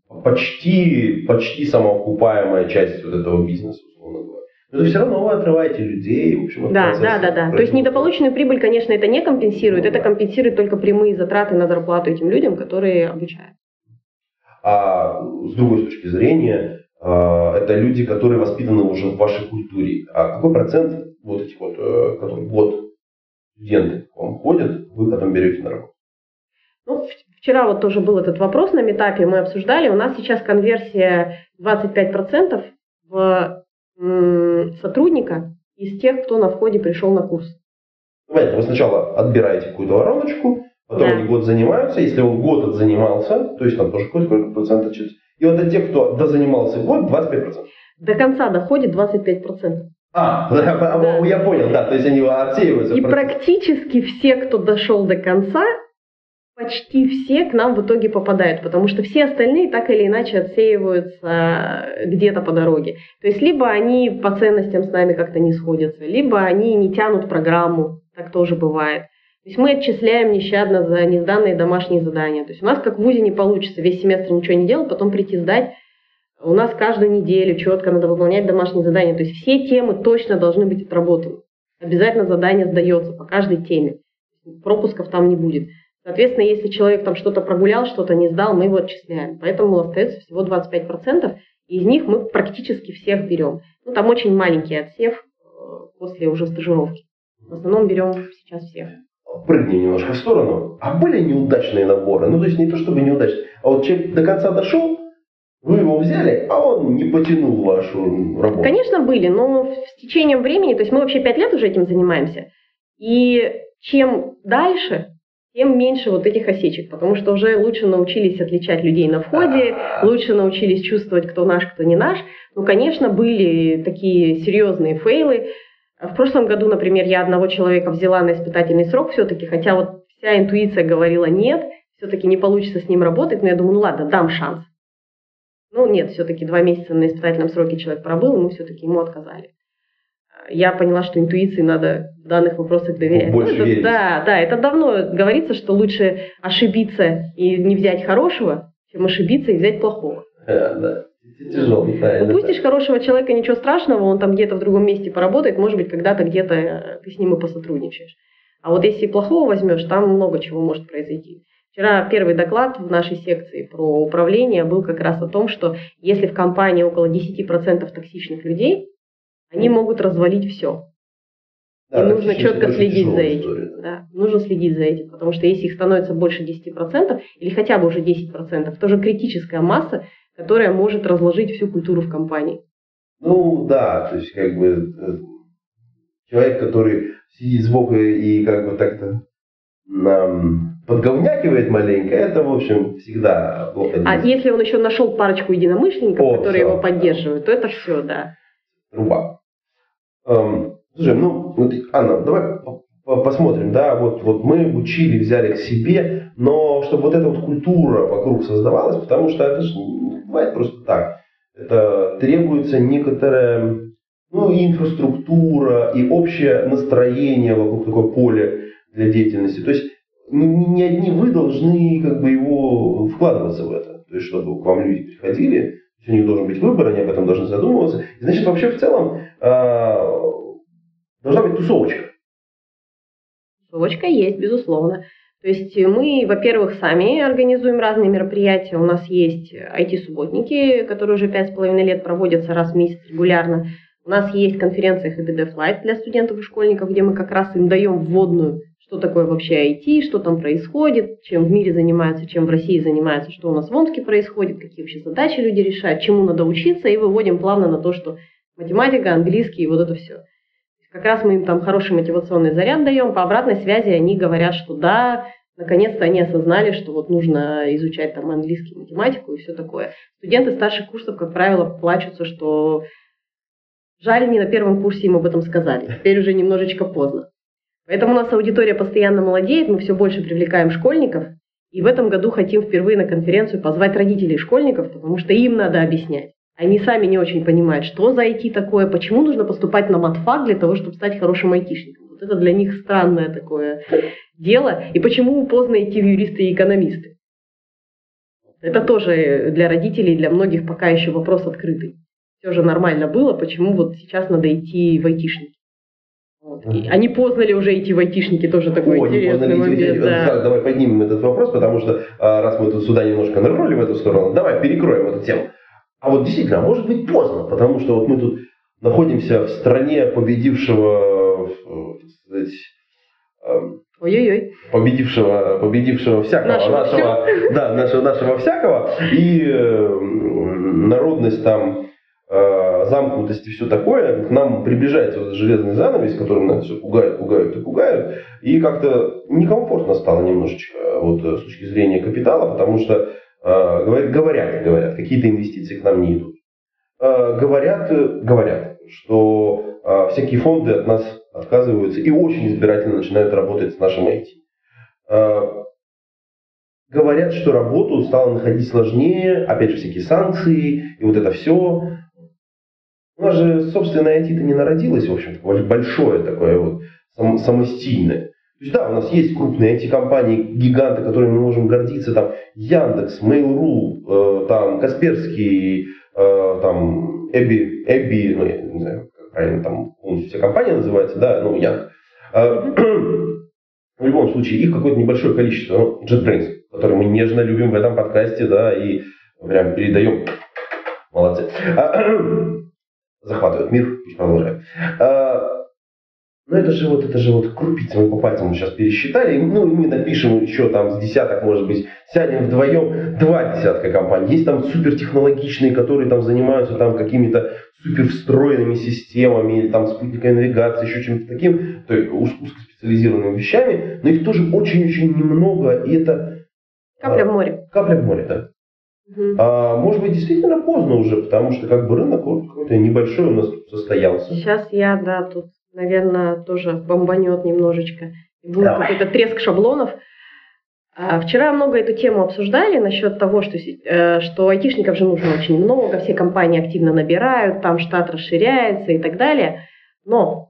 почти самоокупаемая часть вот этого бизнеса, условно говоря. Но это все равно вы отрываете людей. В общем, да. То есть недополученную прибыль, конечно, это не компенсирует. Это компенсирует только прямые затраты на зарплату этим людям, которые обучают. А с другой точки зрения, это люди, которые воспитаны уже в вашей культуре. А какой процент вот этих которые студенты к вам ходят, вы потом берете на работу? Вчера тоже был этот вопрос на митапе, мы обсуждали. У нас сейчас конверсия 25% в сотрудника из тех, кто на входе пришел на курс. Вы сначала отбираете какую-то вороночку, потом они год занимаются. Если он год отзанимался, то есть там тоже какой-то процент отчислится. И вот от тех, кто дозанимался год, 25%. До конца доходит 25%. Я понял, да, то есть они отсеиваются. И практически все, кто дошел до конца, почти все к нам в итоге попадают, потому что все остальные так или иначе отсеиваются где-то по дороге. То есть либо они по ценностям с нами как-то не сходятся, либо они не тянут программу, так тоже бывает. То есть мы отчисляем нещадно за несданные домашние задания. То есть у нас как в ВУЗе не получится весь семестр ничего не делать, потом прийти сдать. У нас каждую неделю четко надо выполнять домашние задания. То есть все темы точно должны быть отработаны. Обязательно задание сдается по каждой теме. Пропусков там не будет. Соответственно, если человек там что-то прогулял, что-то не сдал, мы его отчисляем. Поэтому остается всего 25%, и из них мы практически всех берем. Ну, там очень маленький отсев после уже стажировки. В основном берем сейчас всех. Прыгнем немножко в сторону. А были неудачные наборы? Ну, то есть не то чтобы неудачные, а вот человек до конца дошел, вы его взяли, а он не потянул вашу работу. Конечно, были, но с течением времени, то есть мы вообще 5 лет уже этим занимаемся, и чем дальше, тем меньше вот этих осечек, потому что уже лучше научились отличать людей на входе, лучше научились чувствовать, кто наш, кто не наш. Ну, конечно, были такие серьезные фейлы. В прошлом году, например, я одного человека взяла на испытательный срок все-таки, хотя вот вся интуиция говорила нет, все-таки не получится с ним работать, но я думаю, ну ладно, дам шанс. Ну нет, все-таки 2 месяца на испытательном сроке человек пробыл, и мы все-таки ему отказали. Я поняла, что интуиции надо в данных вопросах доверять. Больше верить. Да, это давно говорится, что лучше ошибиться и не взять хорошего, чем ошибиться и взять плохого. Да. Тяжело, правильно. Упустишь хорошего человека, ничего страшного, он там где-то в другом месте поработает, может быть, когда-то где-то ты с ним и посотрудничаешь. А вот если плохого возьмешь, там много чего может произойти. Вчера первый доклад в нашей секции про управление был как раз о том, что если в компании около 10% токсичных людей, они могут развалить все. Да, и нужно четко следить за этим. История, да, нужно следить за этим, потому что если их становится больше 10%, или хотя бы уже 10%, то же критическая масса, которая может разложить всю культуру в компании. Ну да, то есть как бы человек, который сидит сбоку и как бы так-то подговнякивает маленько, это, в общем, всегда плохо. А если он еще нашел парочку единомышленников, которые его поддерживают, то это все, да. Труба. Слушай, ну, вот, Анна, давай посмотрим, да, вот мы учили, взяли к себе, но чтобы вот эта вот культура вокруг создавалась, потому что это же не бывает просто так. Это требуется некоторая, ну, и инфраструктура, и общее настроение вокруг такого поля для деятельности. То есть не одни вы должны как бы его вкладываться в это. То есть чтобы к вам люди приходили, у них должен быть выбор, они об этом должны задумываться. И, значит, вообще в целом должна быть тусовочка. Тусовочка есть, безусловно. То есть мы, во-первых, сами организуем разные мероприятия. У нас есть IT-субботники, которые уже 5,5 лет проводятся раз в месяц регулярно. У нас есть конференция HBDF Live для студентов и школьников, где мы как раз им даем вводную, что такое вообще IT, что там происходит, чем в мире занимаются, чем в России занимаются, что у нас в Омске происходит, какие вообще задачи люди решают, чему надо учиться, и выводим плавно на то, что математика, английский и вот это все. Как раз мы им там хороший мотивационный заряд даем, по обратной связи они говорят, что да, наконец-то они осознали, что вот нужно изучать там английский, математику и все такое. Студенты старших курсов, как правило, плачутся, что жаль, не на первом курсе им об этом сказали, теперь уже немножечко поздно. Поэтому у нас аудитория постоянно молодеет, мы все больше привлекаем школьников, и в этом году хотим впервые на конференцию позвать родителей школьников, потому что им надо объяснять. Они сами не очень понимают, что за IT такое, почему нужно поступать на матфак для того, чтобы стать хорошим айтишником. Вот это для них странное такое дело. И почему поздно идти в юристы и экономисты. Это тоже для родителей, для многих пока еще вопрос открытый. Все же нормально было, почему вот сейчас надо идти в айтишники. Вот. А не поздно ли уже идти в айтишники, тоже такой интересный момент. Да. Давай поднимем этот вопрос, потому что раз мы тут сюда немножко нырнули в эту сторону, давай перекроем эту тему. А вот действительно, может быть поздно, потому что вот мы тут находимся в стране победившего, так сказать, победившего всякого, нашего всякого, и народность там, замкнутость и все такое, к нам приближается вот железный занавес, которым нас все пугают, и как-то некомфортно стало немножечко вот, с точки зрения капитала, потому что говорят, какие-то инвестиции к нам не идут. Говорят, что всякие фонды от нас отказываются и очень избирательно начинают работать с нашим IT. Говорят, что работу стало находить сложнее, опять же, всякие санкции и вот это все. У нас же собственное IT-то не народилось, в общем-то, большое такое вот, самостийное. То есть, да, у нас есть крупные IT-компании, гиганты, которыми мы можем гордиться, там, Яндекс, Mail.ru, там, Касперский, там, Эбби, ну, я не знаю, как правильно там вся компания называется, да, ну, Янг. в любом случае, их какое-то небольшое количество. Ну, JetBrains, который мы нежно любим в этом подкасте, да, и прям передаем. Молодцы. Захватывают мир, пусть продолжают. Но это же вот крупицы, мы по пальцам сейчас пересчитали, ну и мы напишем еще там с десяток, может быть, сядем вдвоем, 2 десятка компаний. Есть там супертехнологичные, которые там занимаются там какими-то супер встроенными системами, или там спутниковой навигации, еще чем-то таким, то есть узкоспециализированными вещами, но их тоже очень-очень немного, и это... Капля в море. Капля в море, да. Может быть, действительно поздно уже, потому что как бы рынок какой-то небольшой у нас тут состоялся. Сейчас тут, наверное, тоже бомбанет немножечко. И будет какой-то треск шаблонов. Вчера много эту тему обсуждали насчет того, что айтишников же нужно очень много, все компании активно набирают, там штат расширяется и так далее. Но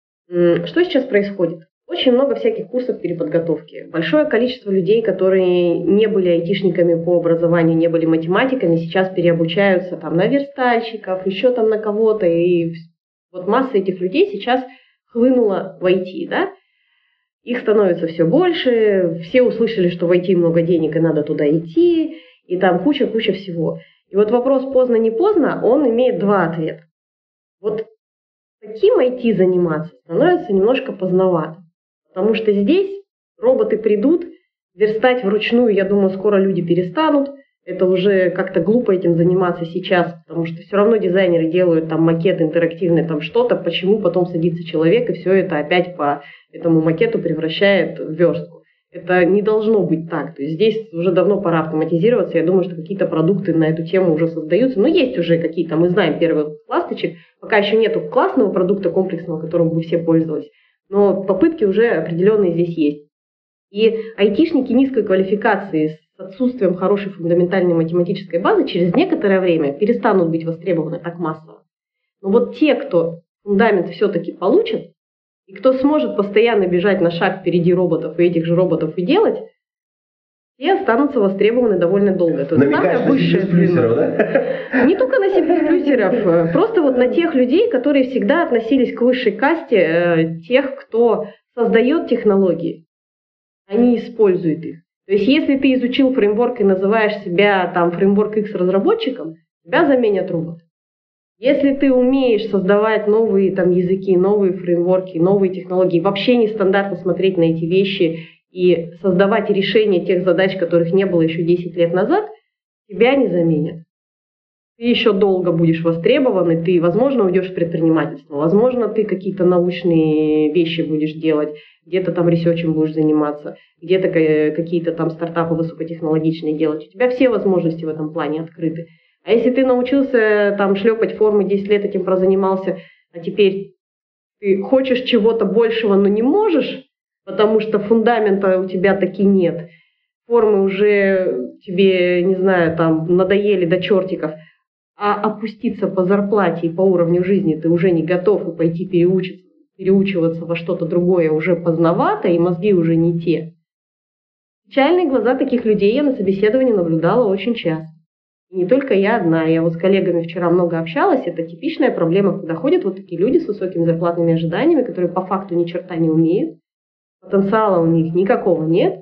что сейчас происходит? Очень много всяких курсов переподготовки. Большое количество людей, которые не были айтишниками по образованию, не были математиками, сейчас переобучаются там на верстальщиков, еще там на кого-то. И вот масса этих людей сейчас хлынула в IT, да? Их становится все больше, все услышали, что в IT много денег и надо туда идти, и там куча-куча всего. И вот вопрос поздно, не поздно, он имеет 2 ответа. Вот таким IT заниматься становится немножко поздновато. Потому что здесь роботы придут, верстать вручную, я думаю, скоро люди перестанут. Это уже как-то глупо этим заниматься сейчас, потому что все равно дизайнеры делают там макет интерактивный, там что-то, почему потом садится человек и все это опять по этому макету превращает в верстку. Это не должно быть так. То есть здесь уже давно пора автоматизироваться. Я думаю, что какие-то продукты на эту тему уже создаются. Но есть уже какие-то, мы знаем первых ласточек. Пока еще нету классного продукта комплексного, которым бы все пользовались. Но попытки уже определенные здесь есть. И айтишники низкой квалификации с отсутствием хорошей фундаментальной математической базы через некоторое время перестанут быть востребованы так массово. Но вот те, кто фундамент все-таки получит, и кто сможет постоянно бежать на шаг впереди роботов и этих же роботов и делать, те останутся востребованы довольно долго. То есть самое высшее звено. Да? Не только на C++-еров, просто вот на тех людей, которые всегда относились к высшей касте, тех, кто создает технологии, они используют их. То есть если ты изучил фреймворк и называешь себя там фреймворк X разработчиком, тебя заменят роботы. Если ты умеешь создавать новые там языки, новые фреймворки, новые технологии, вообще нестандартно смотреть на эти вещи и создавать решения тех задач, которых не было еще 10 лет назад, тебя не заменят. Ты еще долго будешь востребован, и ты, возможно, уйдешь в предпринимательство, возможно, ты какие-то научные вещи будешь делать, где-то там ресерчем будешь заниматься, где-то какие-то там стартапы высокотехнологичные делать. У тебя все возможности в этом плане открыты. А если ты научился там шлепать формы, 10 лет этим прозанимался, а теперь ты хочешь чего-то большего, но не можешь, потому что фундамента у тебя таки нет, формы уже тебе, не знаю, там надоели до чертиков, а опуститься по зарплате и по уровню жизни ты уже не готов, и пойти переучиваться во что-то другое уже поздновато, и мозги уже не те. Печальные глаза таких людей я на собеседовании наблюдала очень часто. И не только я одна, я вот с коллегами вчера много общалась, это типичная проблема, когда ходят вот такие люди с высокими зарплатными ожиданиями, которые по факту ни черта не умеют, потенциала у них никакого нет.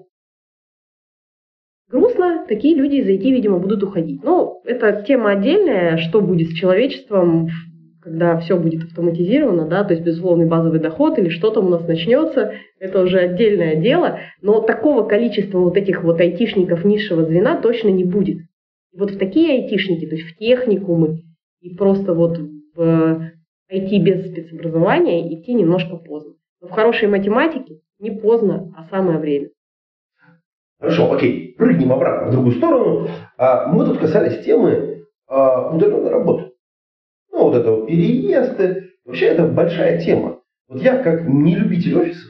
Грустно, такие люди из IT, видимо, будут уходить. Но это тема отдельная, что будет с человечеством, когда все будет автоматизировано, да, то есть безусловный базовый доход или что там у нас начнется, это уже отдельное дело, но такого количества вот этих вот айтишников низшего звена точно не будет. И вот в такие айтишники, то есть в техникумы и просто вот в IT без спецобразования идти немножко поздно. Но в хорошей математике не поздно, а самое время. Хорошо, окей, прыгнем обратно в другую сторону. Мы тут касались темы удаленной работы. Ну, вот это вот переезды. Вообще, это большая тема. Вот я, как не любитель офисов,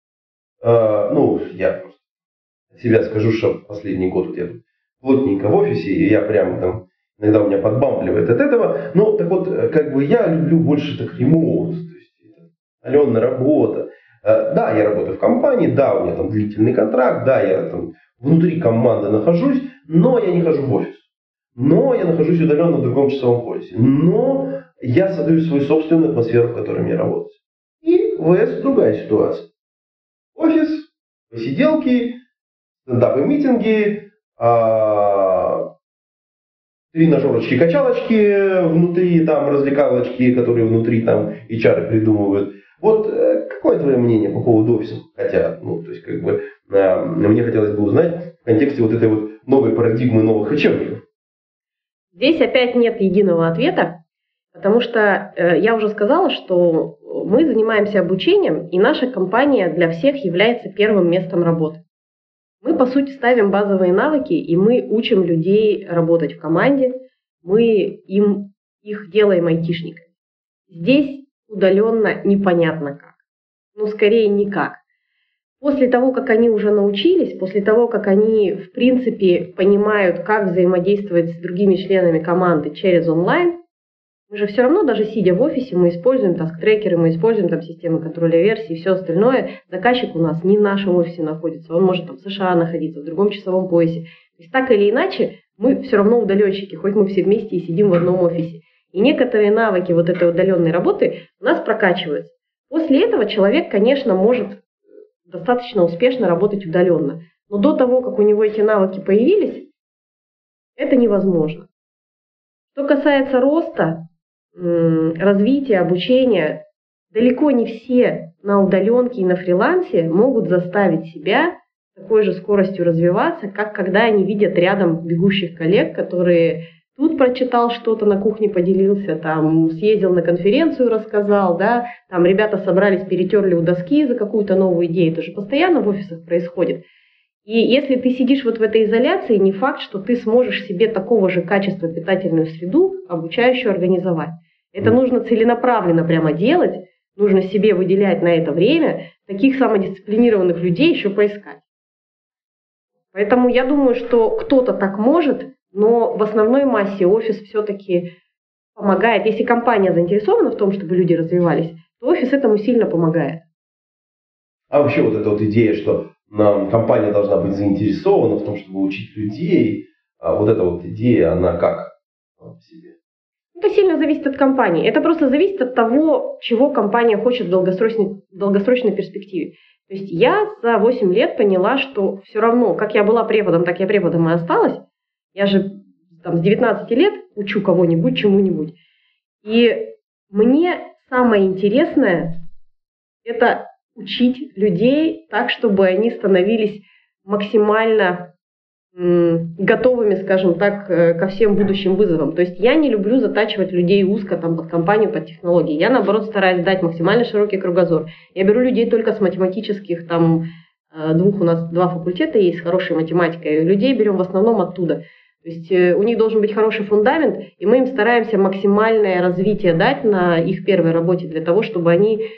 я просто себя скажу, что последний год вот я тут плотненько в офисе, и я прям там, иногда у меня подбампливает от этого. Но так вот, как бы я люблю больше так ремоут, то есть удаленная работа. Да, я работаю в компании, да, у меня там длительный контракт, да, я там внутри команды нахожусь, но я не хожу в офис. Но я нахожусь удаленно в другом часовом поясе. Но я создаю свою собственную атмосферу, в которой мне работать. И ВС другая ситуация. Офис посиделки, стендапы, митинги, тренажерочки-качалочки внутри, там развлекалочки, которые внутри там HR придумывают. Вот какое твое мнение по поводу офиса? Хотя, то есть, мне хотелось бы узнать в контексте вот этой вот новой парадигмы новых учебников. Здесь опять нет единого ответа, потому что я уже сказала, что мы занимаемся обучением, и наша компания для всех является первым местом работы. Мы, по сути, ставим базовые навыки, и мы учим людей работать в команде, мы их делаем айтишниками. Здесь удаленно непонятно как. Скорее никак. После того, как они уже научились, после того, как они, в принципе, понимают, как взаимодействовать с другими членами команды через онлайн, мы же все равно, даже сидя в офисе, мы используем таск-трекеры, мы используем там системы контроля версий и все остальное. Заказчик у нас не в нашем офисе находится, он может там в США находиться, в другом часовом поясе. То есть так или иначе, мы все равно удаленщики, хоть мы все вместе и сидим в одном офисе. И некоторые навыки вот этой удаленной работы у нас прокачиваются. После этого человек, конечно, может достаточно успешно работать удаленно. Но до того, как у него эти навыки появились, это невозможно. Что касается роста, развития, обучения, далеко не все на удаленке и на фрилансе могут заставить себя такой же скоростью развиваться, как когда они видят рядом бегущих коллег, которые тут прочитал что-то на кухне, поделился, там съездил на конференцию, рассказал, да, там ребята собрались, перетерли у доски за какую-то новую идею. Это же постоянно в офисах происходит. И если ты сидишь вот в этой изоляции, не факт, что ты сможешь себе такого же качества питательную среду обучающую организовать. Это нужно целенаправленно прямо делать, нужно себе выделять на это время, таких самодисциплинированных людей еще поискать. Поэтому я думаю, что кто-то так может, но в основной массе офис все-таки помогает. Если компания заинтересована в том, чтобы люди развивались, то офис этому сильно помогает. А вообще вот эта вот идея, что компания должна быть заинтересована в том, чтобы учить людей, а вот эта вот идея, она как в себе? Это сильно зависит от компании. Это просто зависит от того, чего компания хочет в долгосрочной перспективе. То есть я за 8 лет поняла, что все равно, как я была преподом, так я преподом и осталась. Я же там, с 19 лет учу кого-нибудь чему-нибудь. И мне самое интересное – это учить людей так, чтобы они становились максимально готовыми, скажем так, ко всем будущим вызовам. То есть я не люблю затачивать людей узко там, под компанию, под технологии. Я, наоборот, стараюсь дать максимально широкий кругозор. Я беру людей только с математических, там, у нас 2 факультета есть с хорошей математикой. Людей берем в основном оттуда. То есть у них должен быть хороший фундамент, и мы им стараемся максимальное развитие дать на их первой работе для того, чтобы они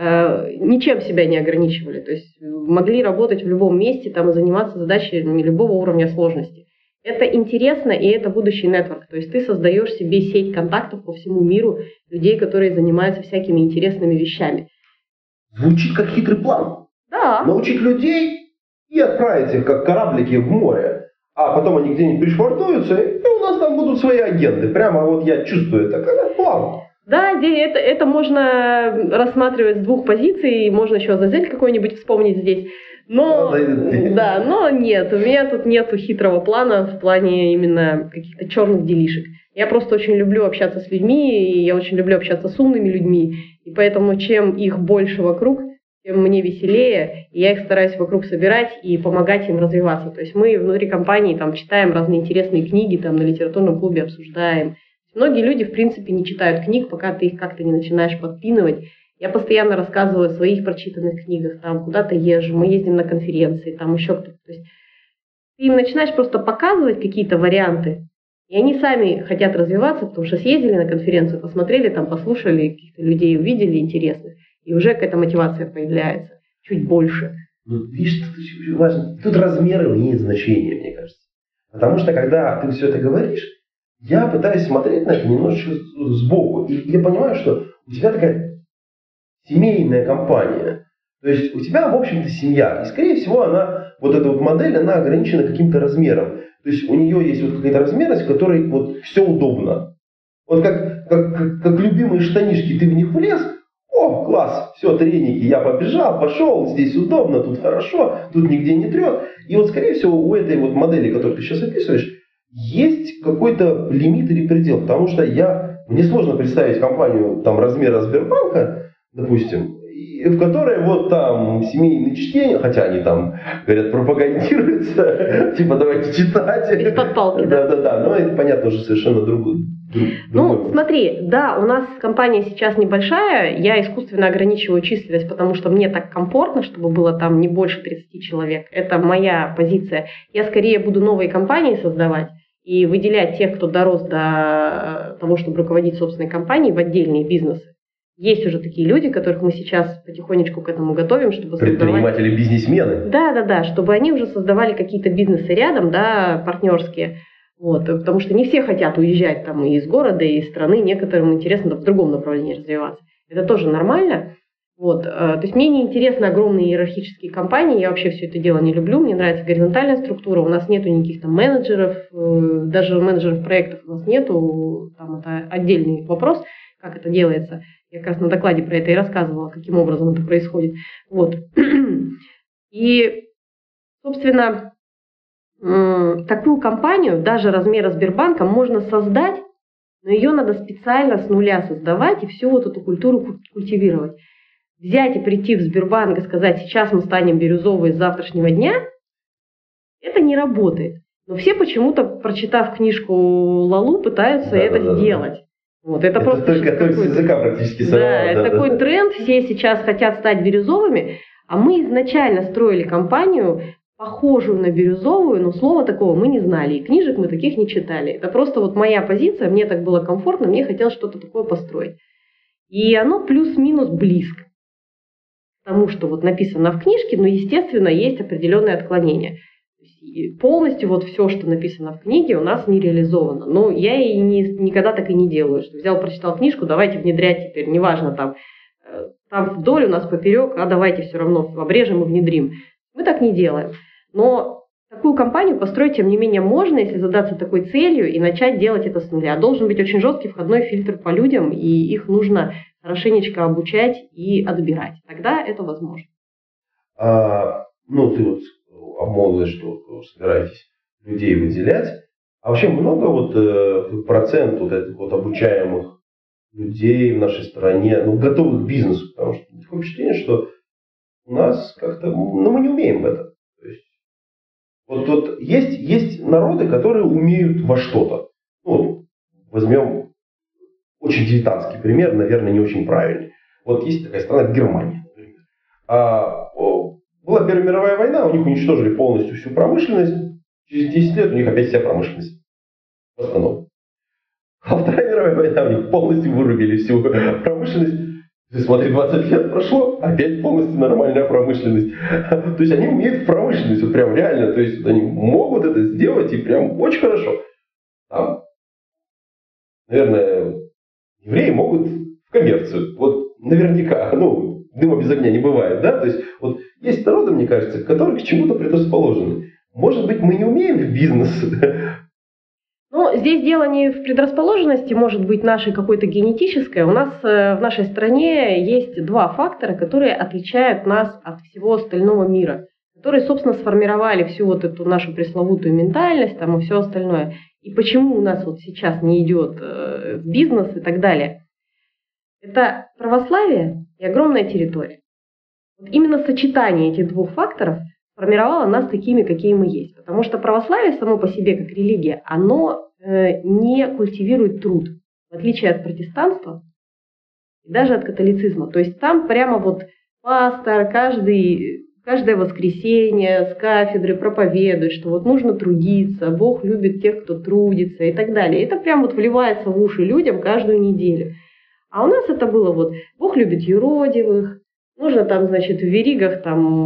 ничем себя не ограничивали, то есть могли работать в любом месте там, и заниматься задачами любого уровня сложности. Это интересно, и это будущий нетворк. То есть ты создаешь себе сеть контактов по всему миру, людей, которые занимаются всякими интересными вещами. Звучит как хитрый план. Да. Научить людей и отправить их как кораблики в море, а потом они где-нибудь пришвартуются, и у нас там будут свои агенты. Прямо вот я чувствую, это как план. Да, здесь это можно рассматривать с 2 позиций, можно еще Азазель какой-нибудь вспомнить здесь. Но, да, но нет, у меня тут нету хитрого плана в плане именно каких-то черных делишек. Я просто очень люблю общаться с людьми, и я очень люблю общаться с умными людьми, и поэтому чем их больше вокруг, тем мне веселее, и я их стараюсь вокруг собирать и помогать им развиваться. То есть мы внутри компании там читаем разные интересные книги, там на литературном клубе обсуждаем. Многие люди, в принципе, не читают книг, пока ты их как-то не начинаешь подпинывать. Я постоянно рассказываю о своих прочитанных книгах, там куда-то езжу, мы ездим на конференции, там еще кто-то. То есть ты им начинаешь просто показывать какие-то варианты, и они сами хотят развиваться, потому что съездили на конференцию, посмотрели, там послушали, каких-то людей увидели интересных, и уже какая-то мотивация появляется, чуть больше. Ну, видишь, тут важно, тут размеры имеют значение, мне кажется. Потому что, когда ты все это говоришь, я пытаюсь смотреть на это немножечко сбоку. И я понимаю, что у тебя такая семейная компания. То есть у тебя, в общем-то, семья. И, скорее всего, она, вот эта вот модель, она ограничена каким-то размером. То есть у нее есть вот какая-то размерность, в которой вот все удобно. Вот как любимые штанишки, ты в них влез, о, класс, все, треники, я побежал, пошел, здесь удобно, тут хорошо, тут нигде не трет. И вот, скорее всего, у этой вот модели, которую ты сейчас описываешь, есть какой-то лимит или предел. Потому что мне сложно представить компанию там, размера Сбербанка, допустим, в которой вот там семейные чтения, хотя они там, говорят, пропагандируются, типа давайте читать. Из-под палки, да? Да, но это, понятно, уже совершенно другое. Ну, смотри, да, у нас компания сейчас небольшая, я искусственно ограничиваю численность, потому что мне так комфортно, чтобы было там не больше 30 человек. Это моя позиция. Я скорее буду новые компании создавать и выделять тех, кто дорос до того, чтобы руководить собственной компанией, в отдельные бизнесы. Есть уже такие люди, которых мы сейчас потихонечку к этому готовим, чтобы предприниматели, бизнесмены. Да, чтобы они уже создавали какие-то бизнесы рядом, да, партнерские. Вот, потому что не все хотят уезжать там и из города, и из страны, некоторым интересно в другом направлении развиваться. Это тоже нормально. Вот, то есть мне не интересны огромные иерархические компании, я вообще все это дело не люблю, мне нравится горизонтальная структура, у нас нету никаких там менеджеров, даже менеджеров проектов у нас нету, там это отдельный вопрос, как это делается. Я как раз на докладе про это и рассказывала, каким образом это происходит. Вот. И, собственно, такую компанию, даже размера Сбербанка, можно создать, но ее надо специально с нуля создавать и всю вот эту культуру культивировать. Взять и прийти в Сбербанк и сказать, сейчас мы станем бирюзовые с завтрашнего дня, это не работает. Но все почему-то, прочитав книжку Лалу, пытаются это сделать. Вот, это просто только с языка практически сорвало. Да, это такой тренд, все сейчас хотят стать бирюзовыми, а мы изначально строили компанию, похожую на бирюзовую, но слова такого мы не знали, и книжек мы таких не читали. Это просто вот моя позиция, мне так было комфортно, мне хотелось что-то такое построить. И оно плюс-минус близко к тому, что вот написано в книжке, но, естественно, есть определенные отклонения. И полностью вот все, что написано в книге, у нас не реализовано. Но я и никогда так и не делаю, что взял, прочитал книжку, давайте внедрять теперь, неважно, там вдоль у нас поперек, а давайте все равно обрежем и внедрим. Мы так не делаем. Но такую компанию построить, тем не менее, можно, если задаться такой целью и начать делать это с нуля. Должен быть очень жесткий входной фильтр по людям, и их нужно хорошенечко обучать и отбирать. Тогда это возможно. Ты вот обмолвилась, что собираетесь людей выделять. А вообще много процент вот этих вот обучаемых людей в нашей стране, готовых к бизнесу? Потому что такое впечатление, что у нас как-то, мы не умеем в этом. То есть, вот есть народы, которые умеют во что-то. Возьмем очень дилетантский пример, наверное, не очень правильный. Вот есть такая страна Германия, например. Была Первая мировая война, у них уничтожили полностью всю промышленность. Через 10 лет у них опять вся промышленность восстановлена. А Вторая мировая война, у них полностью вырубили всю промышленность. Ты смотри, 20 лет прошло, опять полностью нормальная промышленность. То есть они умеют в промышленность, вот прям реально. То есть они могут это сделать и прям очень хорошо. Там, наверное, евреи могут в коммерцию. Вот наверняка, дыма без огня не бывает, да? То есть вот есть народы, мне кажется, которые к чему-то предрасположены. Может быть, мы не умеем в бизнес. Здесь дело не в предрасположенности, может быть, нашей какой-то генетической. У нас в нашей стране есть два фактора, которые отличают нас от всего остального мира, которые, собственно, сформировали всю вот эту нашу пресловутую ментальность и все остальное. И почему у нас вот сейчас не идет в бизнес и так далее. Это православие и огромная территория. Вот именно сочетание этих двух факторов формировало нас такими, какие мы есть. Потому что православие само по себе, как религия, оно не культивирует труд, в отличие от протестанства и даже от католицизма. То есть там прямо вот пастор каждое воскресенье с кафедры проповедует, что вот нужно трудиться, Бог любит тех, кто трудится и так далее. Это прям вот вливается в уши людям каждую неделю. А у нас это было Бог любит юродивых, нужно в веригах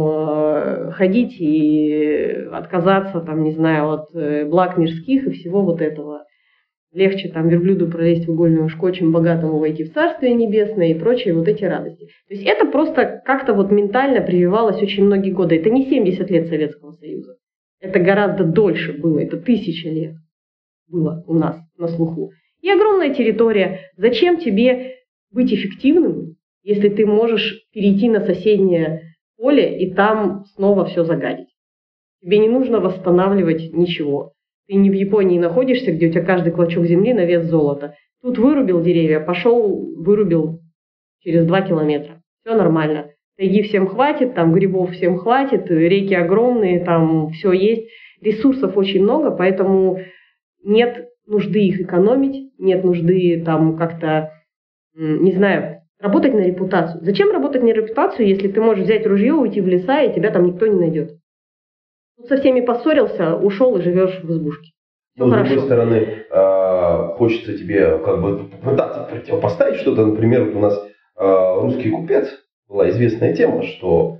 ходить и отказаться, от благ мирских и всего вот этого. Легче верблюду пролезть в игольную ушко, чем богатому войти в Царствие Небесное и прочие вот эти радости. То есть это просто как-то ментально прививалось очень многие годы. Это не 70 лет Советского Союза. Это гораздо дольше было, это 1000 лет было у нас на слуху. И огромная территория. Зачем тебе быть эффективным, если ты можешь перейти на соседнее поле и там снова все загадить. Тебе не нужно восстанавливать ничего. Ты не в Японии находишься, где у тебя каждый клочок земли на вес золота. Тут вырубил деревья, пошел, вырубил через 2 километра. Все нормально. Тайги всем хватит, там грибов всем хватит, реки огромные, там все есть. Ресурсов очень много, поэтому нет нужды их экономить, нет нужды там как-то, не знаю, работать на репутацию. Зачем работать на репутацию, если ты можешь взять ружье, уйти в леса, и тебя там никто не найдет? Тут со всеми поссорился, ушел и живешь в избушке. Но, с другой стороны, хочется тебе как бы попытаться противопоставить что-то. Например, вот у нас русский купец, была известная тема, что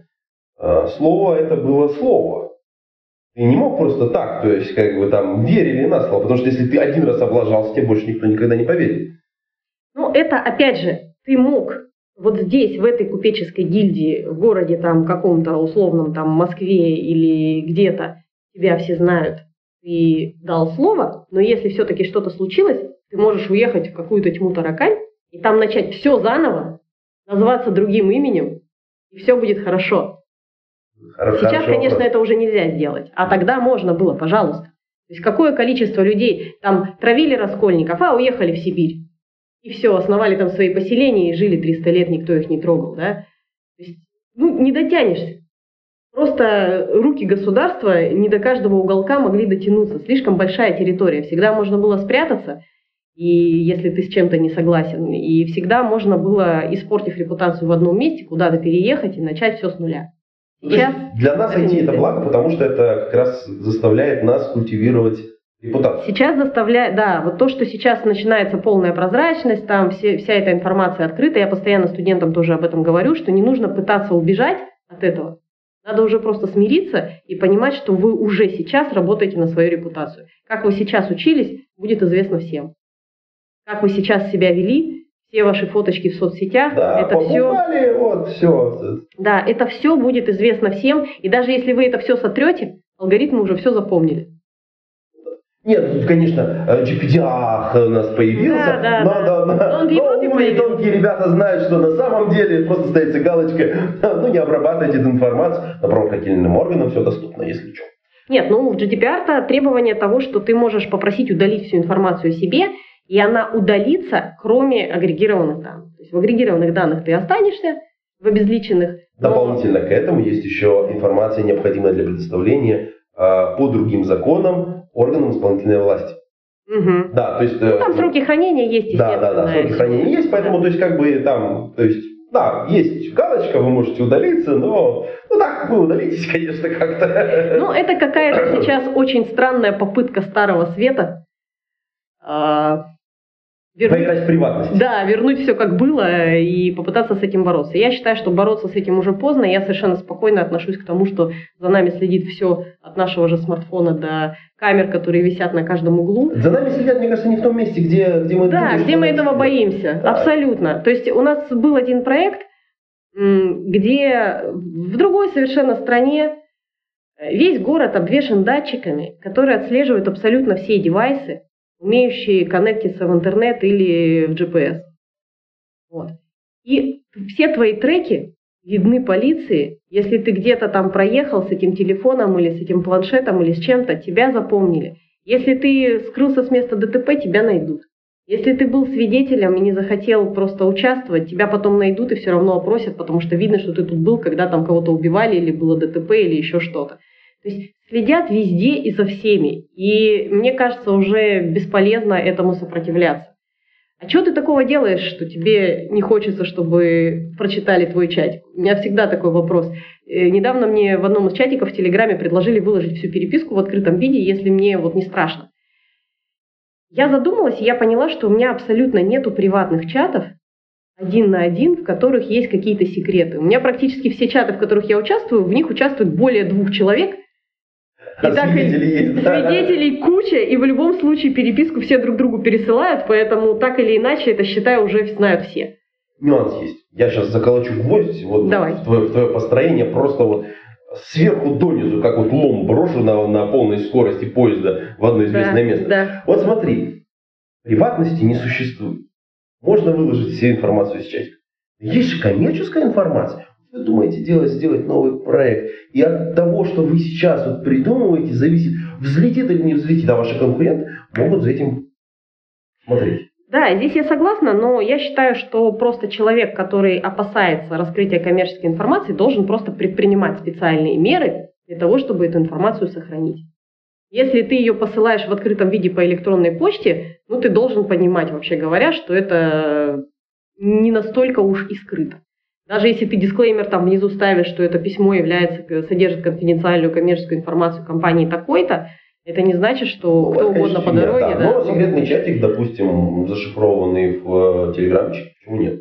слово это было слово. Ты не мог просто так, то есть как бы там верили на слово, потому что если ты один раз облажался, тебе больше никто никогда не поверит. Ну, это опять же, ты мог вот здесь, в этой купеческой гильдии, в городе там каком-то условном там Москве или где-то, тебя все знают, ты дал слово, но если все-таки что-то случилось, ты можешь уехать в какую-то тьму таракань и там начать все заново, назваться другим именем, и все будет хорошо. Сейчас, конечно, это уже нельзя сделать, а тогда можно было, пожалуйста. То есть какое количество людей там травили раскольников, а уехали в Сибирь. И все, основали там свои поселения и жили 300 лет, никто их не трогал, да? То есть, не дотянешься. Просто руки государства не до каждого уголка могли дотянуться. Слишком большая территория. Всегда можно было спрятаться, и если ты с чем-то не согласен. И всегда можно было, испортив репутацию в одном месте, куда-то переехать и начать все с нуля. Сейчас для нас IT это благо, потому что это как раз заставляет нас культивировать репутацию. Сейчас заставляет, да, вот то, что сейчас начинается полная прозрачность, там вся эта информация открыта, я постоянно студентам тоже об этом говорю, что не нужно пытаться убежать от этого. Надо уже просто смириться и понимать, что вы уже сейчас работаете на свою репутацию. Как вы сейчас учились, будет известно всем. Как вы сейчас себя вели, все ваши фоточки в соцсетях, да, это все. Вот, все. Да, это все будет известно всем. И даже если вы это все сотрете, алгоритмы уже все запомнили. Нет, тут, конечно, GPD у нас появился. Да. Но умные тонкие ребята знают, что на самом деле просто стоится галочка, не обрабатывайте эту информацию, но правоохранительным органам все доступно, если что. Нет, в GDPR-то требование того, что ты можешь попросить удалить всю информацию о себе, и она удалится, кроме агрегированных данных. То есть в агрегированных данных ты останешься, в обезличенных. Дополнительно к этому есть еще информация, необходимая для предоставления по другим законам органам исполнительной власти. Угу. Да, то есть... там сроки хранения есть, естественно. Да, сроки хранения есть, поэтому, то есть, как бы там, то есть, да, есть галочка, вы можете удалиться, но, так, вы удалитесь, конечно, как-то. Это какая-то сейчас очень странная попытка Старого Света поиграть в приватность. Да, вернуть все как было и попытаться с этим бороться. Я считаю, что бороться с этим уже поздно. Я совершенно спокойно отношусь к тому, что за нами следит все от нашего же смартфона до камер, которые висят на каждом углу. За нами следят, мне кажется, не в том месте, где мы... Да, где мы этого боимся. Да. Абсолютно. То есть у нас был один проект, где в другой совершенно стране весь город обвешан датчиками, которые отслеживают абсолютно все девайсы, умеющие коннектиться в интернет или в GPS. Вот. И все твои треки видны полиции. Если ты где-то там проехал с этим телефоном или с этим планшетом или с чем-то, тебя запомнили. Если ты скрылся с места ДТП, тебя найдут. Если ты был свидетелем и не захотел просто участвовать, тебя потом найдут и все равно опросят, потому что видно, что ты тут был, когда там кого-то убивали или было ДТП или еще что-то. То есть следят везде и за всеми. И мне кажется, уже бесполезно этому сопротивляться. А что ты такого делаешь, что тебе не хочется, чтобы прочитали твой чатик? У меня всегда такой вопрос. Недавно мне в одном из чатиков в Телеграме предложили выложить всю переписку в открытом виде, если мне не страшно. Я задумалась, и я поняла, что у меня абсолютно нету приватных чатов, 1 на 1, в которых есть какие-то секреты. У меня практически все чаты, в которых я участвую, в них участвует более 2 человек. И так свидетелей куча, и в любом случае переписку все друг другу пересылают, поэтому так или иначе это, считаю, уже знают все. Нюанс есть. Я сейчас заколочу гвоздь в твое построение, просто сверху донизу, как лом брошу на полной скорости поезда в одно известное место. Да. Вот смотри, приватности не существует. Можно выложить всю информацию из чатика. Есть же коммерческая информация. Вы думаете сделать новый проект, и от того, что вы сейчас вот придумываете, зависит, взлетит или не взлетит, а ваши конкуренты могут за этим смотреть. Да, здесь я согласна, но я считаю, что просто человек, который опасается раскрытия коммерческой информации, должен просто предпринимать специальные меры для того, чтобы эту информацию сохранить. Если ты ее посылаешь в открытом виде по электронной почте, ну ты должен понимать, вообще говоря, что это не настолько уж и скрыто. Даже если ты дисклеймер там внизу ставишь, что это письмо содержит конфиденциальную коммерческую информацию компании такой-то, это не значит, что кто угодно по дороге... Да. Но секретный чатик, допустим, зашифрованный в Телеграмчике, почему нет?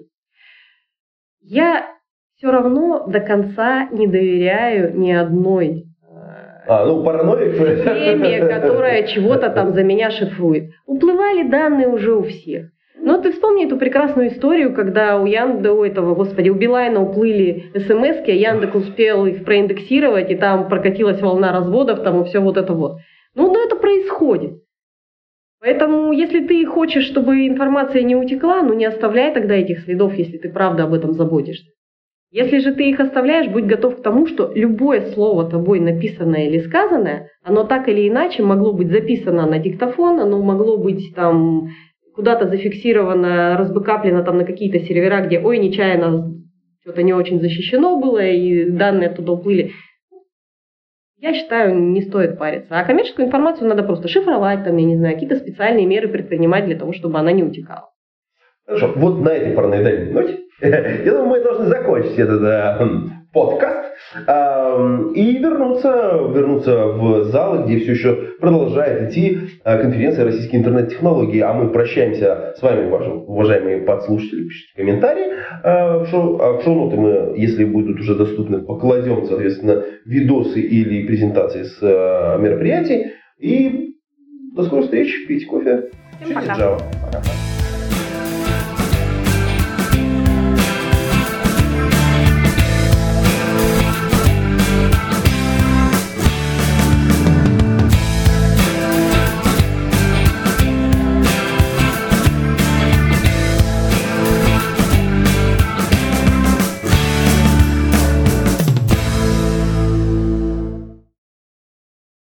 Я все равно до конца не доверяю ни одной параноик. теме, которая чего-то там за меня шифрует. Уплывали данные уже у всех. Но ты вспомни эту прекрасную историю, когда у Билайна уплыли смс-ки, а Яндекс успел их проиндексировать, и там прокатилась волна разводов, там и все вот это вот. Но это происходит. Поэтому, если ты хочешь, чтобы информация не утекла, не оставляй тогда этих следов, если ты правда об этом заботишься. Если же ты их оставляешь, будь готов к тому, что любое слово тобой написанное или сказанное, оно так или иначе могло быть записано на диктофон, оно могло быть там куда-то зафиксировано, разбэкаплено там на какие-то сервера, где, нечаянно что-то не очень защищено было, и данные оттуда уплыли. Я считаю, не стоит париться. А коммерческую информацию надо просто шифровать, какие-то специальные меры предпринимать для того, чтобы она не утекала. Хорошо, вот на этой параноидальной ноте, я думаю, мы должны закончить этот подкаст и вернуться в зал, где все еще продолжает идти конференция «Российские интернет-технологии». А мы прощаемся с вами, уважаемые подслушатели. Пишите комментарии. В шоу-ноты мы, если будут уже доступны, покладем, соответственно, видосы или презентации с мероприятий. И до скорой встречи. Пейте кофе. Всем пока. Пока.